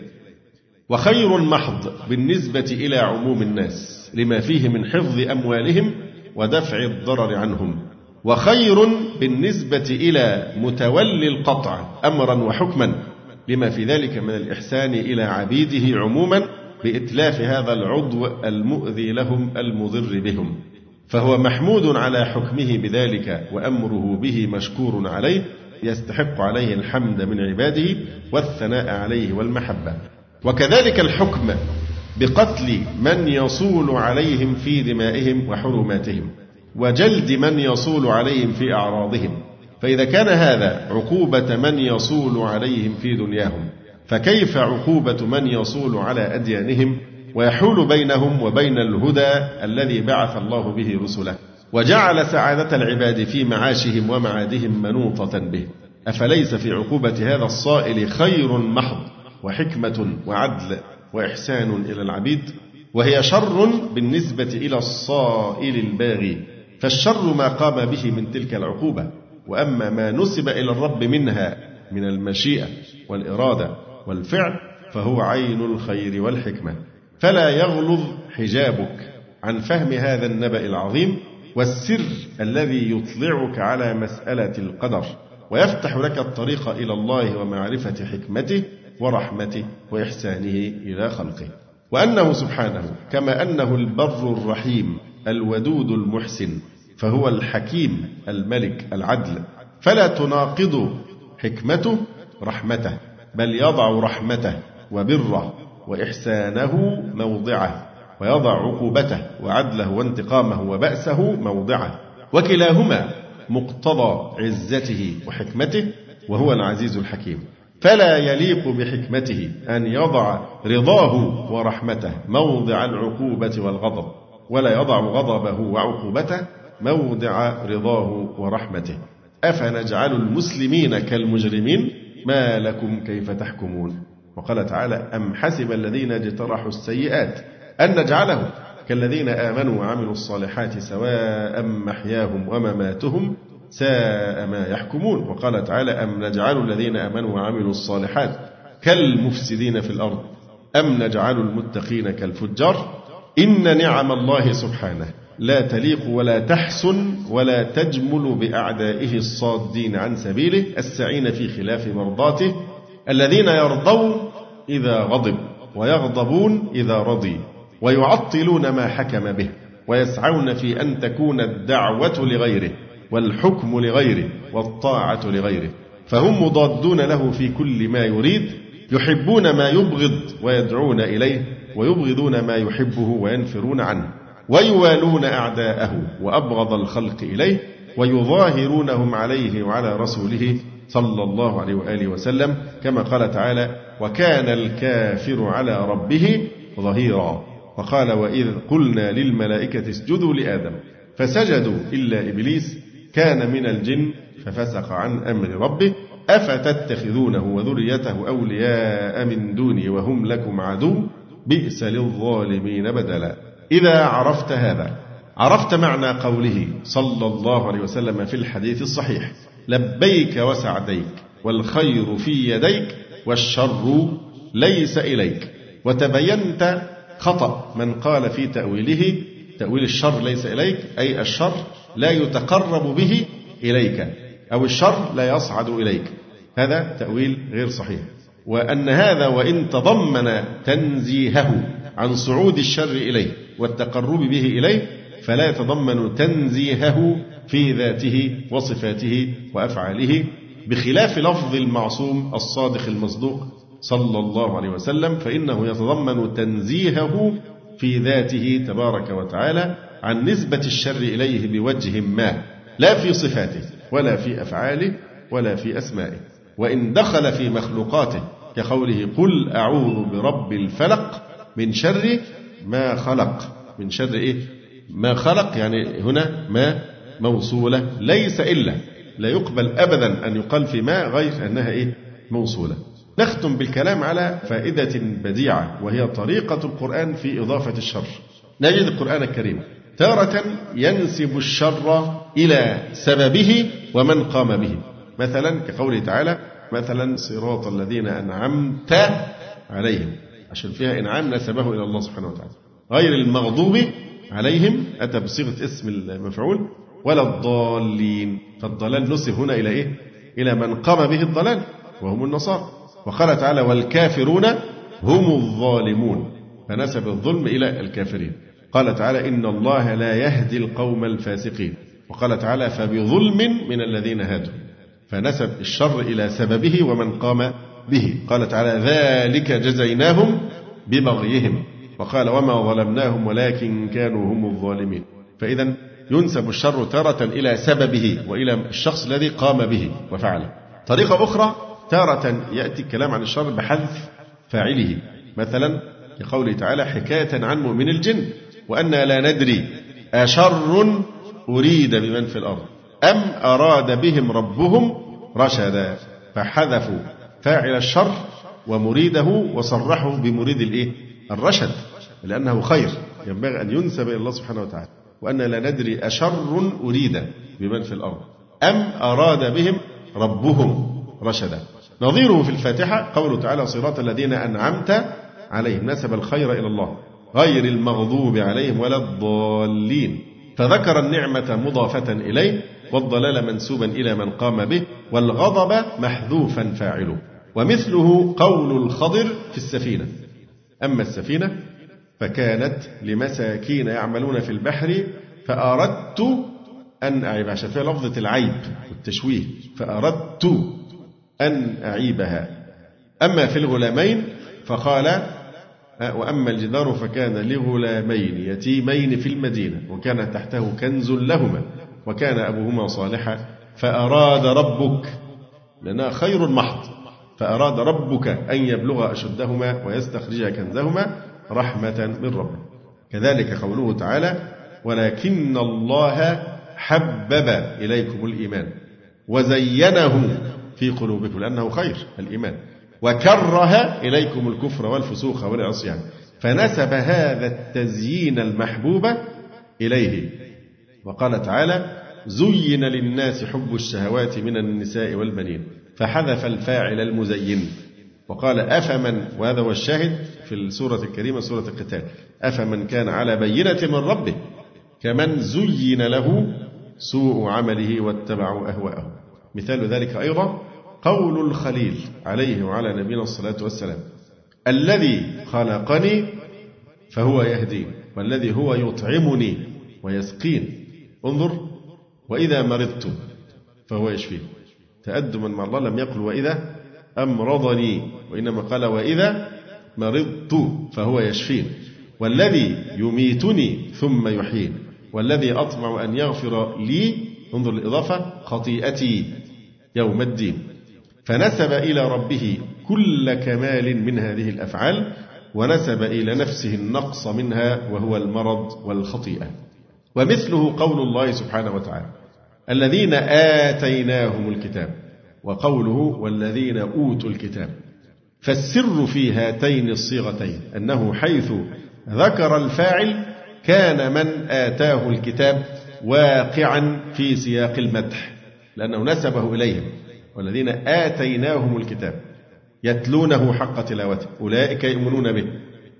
[SPEAKER 2] وخير محض بالنسبة إلى عموم الناس لما فيه من حفظ أموالهم ودفع الضرر عنهم، وخير بالنسبة إلى متولي القطع أمرا وحكما لما في ذلك من الإحسان إلى عبيده عموما بإتلاف هذا العضو المؤذي لهم المضر بهم، فهو محمود على حكمه بذلك وأمره به مشكور عليه، يستحق عليه الحمد من عباده والثناء عليه والمحبة. وكذلك الحكم بقتل من يصول عليهم في دمائهم وحرماتهم، وجلد من يصول عليهم في أعراضهم، فإذا كان هذا عقوبة من يصول عليهم في دنياهم، فكيف عقوبة من يصول على أديانهم ويحول بينهم وبين الهدى الذي بعث الله به رسله وجعل سعادة العباد في معاشهم ومعادهم منوطة به؟ أفليس في عقوبة هذا الصائل خير محض وحكمة وعدل وإحسان إلى العبيد؟ وهي شر بالنسبة إلى الصائل الباغي، فالشر ما قام به من تلك العقوبة، وأما ما نسب إلى الرب منها من المشيئة والإرادة والفعل فهو عين الخير والحكمة. فلا يغلظ حجابك عن فهم هذا النبأ العظيم والسر الذي يطلعك على مسألة القدر ويفتح لك الطريق إلى الله ومعرفة حكمته ورحمته وإحسانه إلى خلقه، وأنه سبحانه كما أنه البر الرحيم الودود المحسن فهو الحكيم الملك العدل، فلا تناقض حكمته رحمته، بل يضع رحمته وبره وإحسانه موضعه، ويضع عقوبته وعدله وانتقامه وبأسه موضعه، وكلاهما مقتضى عزته وحكمته، وهو العزيز الحكيم. فلا يليق بحكمته أن يضع رضاه ورحمته موضع العقوبة والغضب، ولا يضع غضبه وعقوبته موضع رضاه ورحمته. أفنجعل المسلمين كالمجرمين ما لكم كيف تحكمون؟ وقال تعالى: أم حسب الذين اجترحوا السيئات أن نجعلهم كالذين آمنوا وعملوا الصالحات سواء محياهم ومماتهم ساء ما يحكمون. وقال تعالى: أم نجعل الذين آمنوا وعملوا الصالحات كالمفسدين في الأرض أم نجعل المتقين كالفجار. إن نعم الله سبحانه لا تليق ولا تحسن ولا تجمل بأعدائه الصادين عن سبيله السعين في خلاف مرضاته، الذين يرضون إذا غضب ويغضبون إذا رضي، ويعطلون ما حكم به، ويسعون في أن تكون الدعوة لغيره والحكم لغيره والطاعة لغيره، فهم مضادون له في كل ما يريد، يحبون ما يبغض ويدعون إليه، ويبغضون ما يحبه وينفرون عنه، ويوالون أعداءه وأبغض الخلق إليه، ويظاهرونهم عليه وعلى رسوله صلى الله عليه وآله وسلم، كما قال تعالى: وكان الكافر على ربه ظهيرا. وقال: وإذ قلنا للملائكة اسجدوا لآدم فسجدوا إلا إبليس كان من الجن ففسق عن أمر ربه أفتتخذونه وذريته أولياء من دوني وهم لكم عدو بئس للظالمين بدلا. إذا عرفت هذا عرفت معنى قوله صلى الله عليه وسلم في الحديث الصحيح: لبيك وسعديك والخير في يديك والشر ليس إليك. وتبينت خطأ من قال في تأويله تأويل الشر ليس إليك، أي الشر لا يتقرب به إليك أو الشر لا يصعد إليك، هذا تأويل غير صحيح. وأن هذا وإن تضمن تنزيهه عن صعود الشر إليه والتقرب به إليه فلا يتضمن تنزيهه في ذاته وصفاته وأفعاله، بخلاف لفظ المعصوم الصادق المصدوق صلى الله عليه وسلم، فإنه يتضمن تنزيهه في ذاته تبارك وتعالى عن نسبة الشر إليه بوجه ما، لا في صفاته ولا في أفعاله ولا في أسمائه. وإن دخل في مخلوقاته كقوله: قل أعوذ برب الفلق من شر ما خلق. من شر إيه؟ ما خلق، يعني هنا ما موصولة ليس إلا، لا يقبل أبدا أن يقال في ما غير أنها إيه؟ موصولة. نختم بالكلام على فائدة بديعة، وهي طريقة القرآن في إضافة الشر. نجد القرآن الكريم تارة ينسب الشر إلى سببه ومن قام به، مثلا كقوله تعالى مثلا صراط الذين أنعمت عليهم، عشان فيها إنعام نسبه إلى الله سبحانه وتعالى، غير المغضوب عليهم أتى بصيغة اسم المفعول، ولا الضالين، فالضلال نسب هنا إلى إيه؟ إلى من قام به الضلال وهم النصارى. وقال تعالى والكافرون هم الظالمون، فنسب الظلم إلى الكافرين. قال تعالى إن الله لا يهدي القوم الفاسقين. وقال تعالى فبظلم من الذين هادوا، فنسب الشر إلى سببه ومن قام به. قال تعالى ذلك جزيناهم ببغيهم. وقال وما ظلمناهم ولكن كانوا هم الظالمين. فإذا ينسب الشر تارة إلى سببه وإلى الشخص الذي قام به وفعله. طريقة أخرى تارة يأتي الكلام عن الشر بحذف فاعله، مثلا كقوله تعالى حكاية عن مؤمن الجن وأنا لا ندري أشر أريد بمن في الأرض أم أراد بهم ربهم رشدا، فحذفوا فاعل الشر ومريده وصرحوا بمريد الإيه؟ الرشد، لأنه خير ينبغي أن ينسب إلى الله سبحانه وتعالى. وأنا لا ندري أشر أريد بمن في الأرض أم أراد بهم ربهم رشدا. نظيره في الفاتحة قوله تعالى صراط الذين أنعمت عليهم، نسب الخير إلى الله، غير المغضوب عليهم ولا الضالين، فذكر النعمة مضافة إليه والضلال منسوبا إلى من قام به، والغضب محذوفا فاعله. ومثله قول الخضر في السفينة، أما السفينة فكانت لمساكين يعملون في البحر فأردت أن أعيب، عشان فيها لفظة العيب والتشويه، فأردت أن أعيبها. أما في الغلامين فقال وأما الجدار فكان لغلامين يتيمين في المدينة وكان تحته كنز لهما وكان أبوهما صالحا فأراد ربك، لأنها خير محض، فأراد ربك أن يبلغ أشدهما ويستخرج كنزهما رحمة من ربك. كذلك قوله تعالى ولكن الله حبب إليكم الإيمان وزينه في قلوبكم، لأنه خير الإيمان، وكره إليكم الكفر والفسوق والعصيان، فنسب هذا التزيين المحبوب إليه. وقال تعالى زين للناس حب الشهوات من النساء والبنين، فحذف الفاعل المزين. وقال أفمن، وهذا هو الشاهد في السورة الكريمة سورة القتال، أفمن كان على بينة من ربه كمن زين له سوء عمله واتبعوا أهواءهم. مثال ذلك أيضا قول الخليل عليه وعلى نبينا الصلاة والسلام الذي خلقني فهو يهدين والذي هو يطعمني ويسقين. انظر وإذا مرضت فهو يشفين، تأدبا مع الله لم يقل وإذا أمرضني، وإنما قال وإذا مرضت فهو يشفين، والذي يميتني ثم يحيين، والذي أطمع أن يغفر لي، انظر الإضافة، خطيئتي يوم الدين. فنسب إلى ربه كل كمال من هذه الأفعال، ونسب إلى نفسه النقص منها وهو المرض والخطيئة. ومثله قول الله سبحانه وتعالى الذين آتيناهم الكتاب، وقوله والذين أوتوا الكتاب. فالسر في هاتين الصيغتين أنه حيث ذكر الفاعل كان من آتاه الكتاب واقعا في سياق المدح، لأنه نسبه إليهم، والذين آتيناهم الكتاب يتلونه حق تلاوته أولئك يؤمنون به،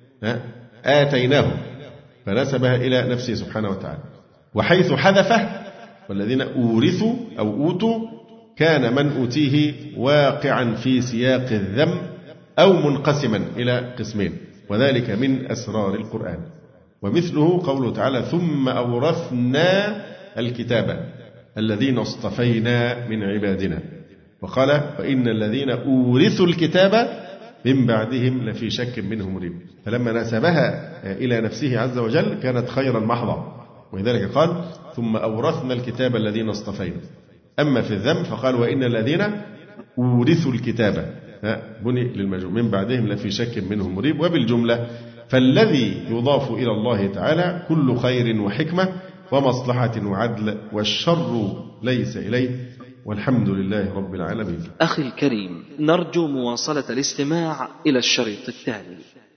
[SPEAKER 2] آتيناهم، فنسبها إلى نفسه سبحانه وتعالى. وحيث حذفه والذين أورثوا أو أوتوا كان من أوتيه واقعا في سياق الذم أو منقسما إلى قسمين، وذلك من أسرار القرآن. ومثله قوله تعالى ثم أورثنا الكتاب الذين اصطفينا من عبادنا، وقال فإن الذين أورثوا الكتاب من بعدهم لفي شك منه مريب، فلما نسبها إلى نفسه عز وجل كانت خيرا محضا، ولذلك قال ثم أورثنا الكتاب الذين اصطفينا. أما في الذم فقال وإن الذين أورثوا الكتاب بني للمجهول من بعدهم لفي شك منه مريب. وبالجملة فالذي يضاف إلى الله تعالى كل خير وحكمة ومصلحة وعدل، والشر ليس إليه، والحمد لله رب العالمين.
[SPEAKER 1] أخي الكريم، نرجو مواصلة الاستماع إلى الشريط التالي.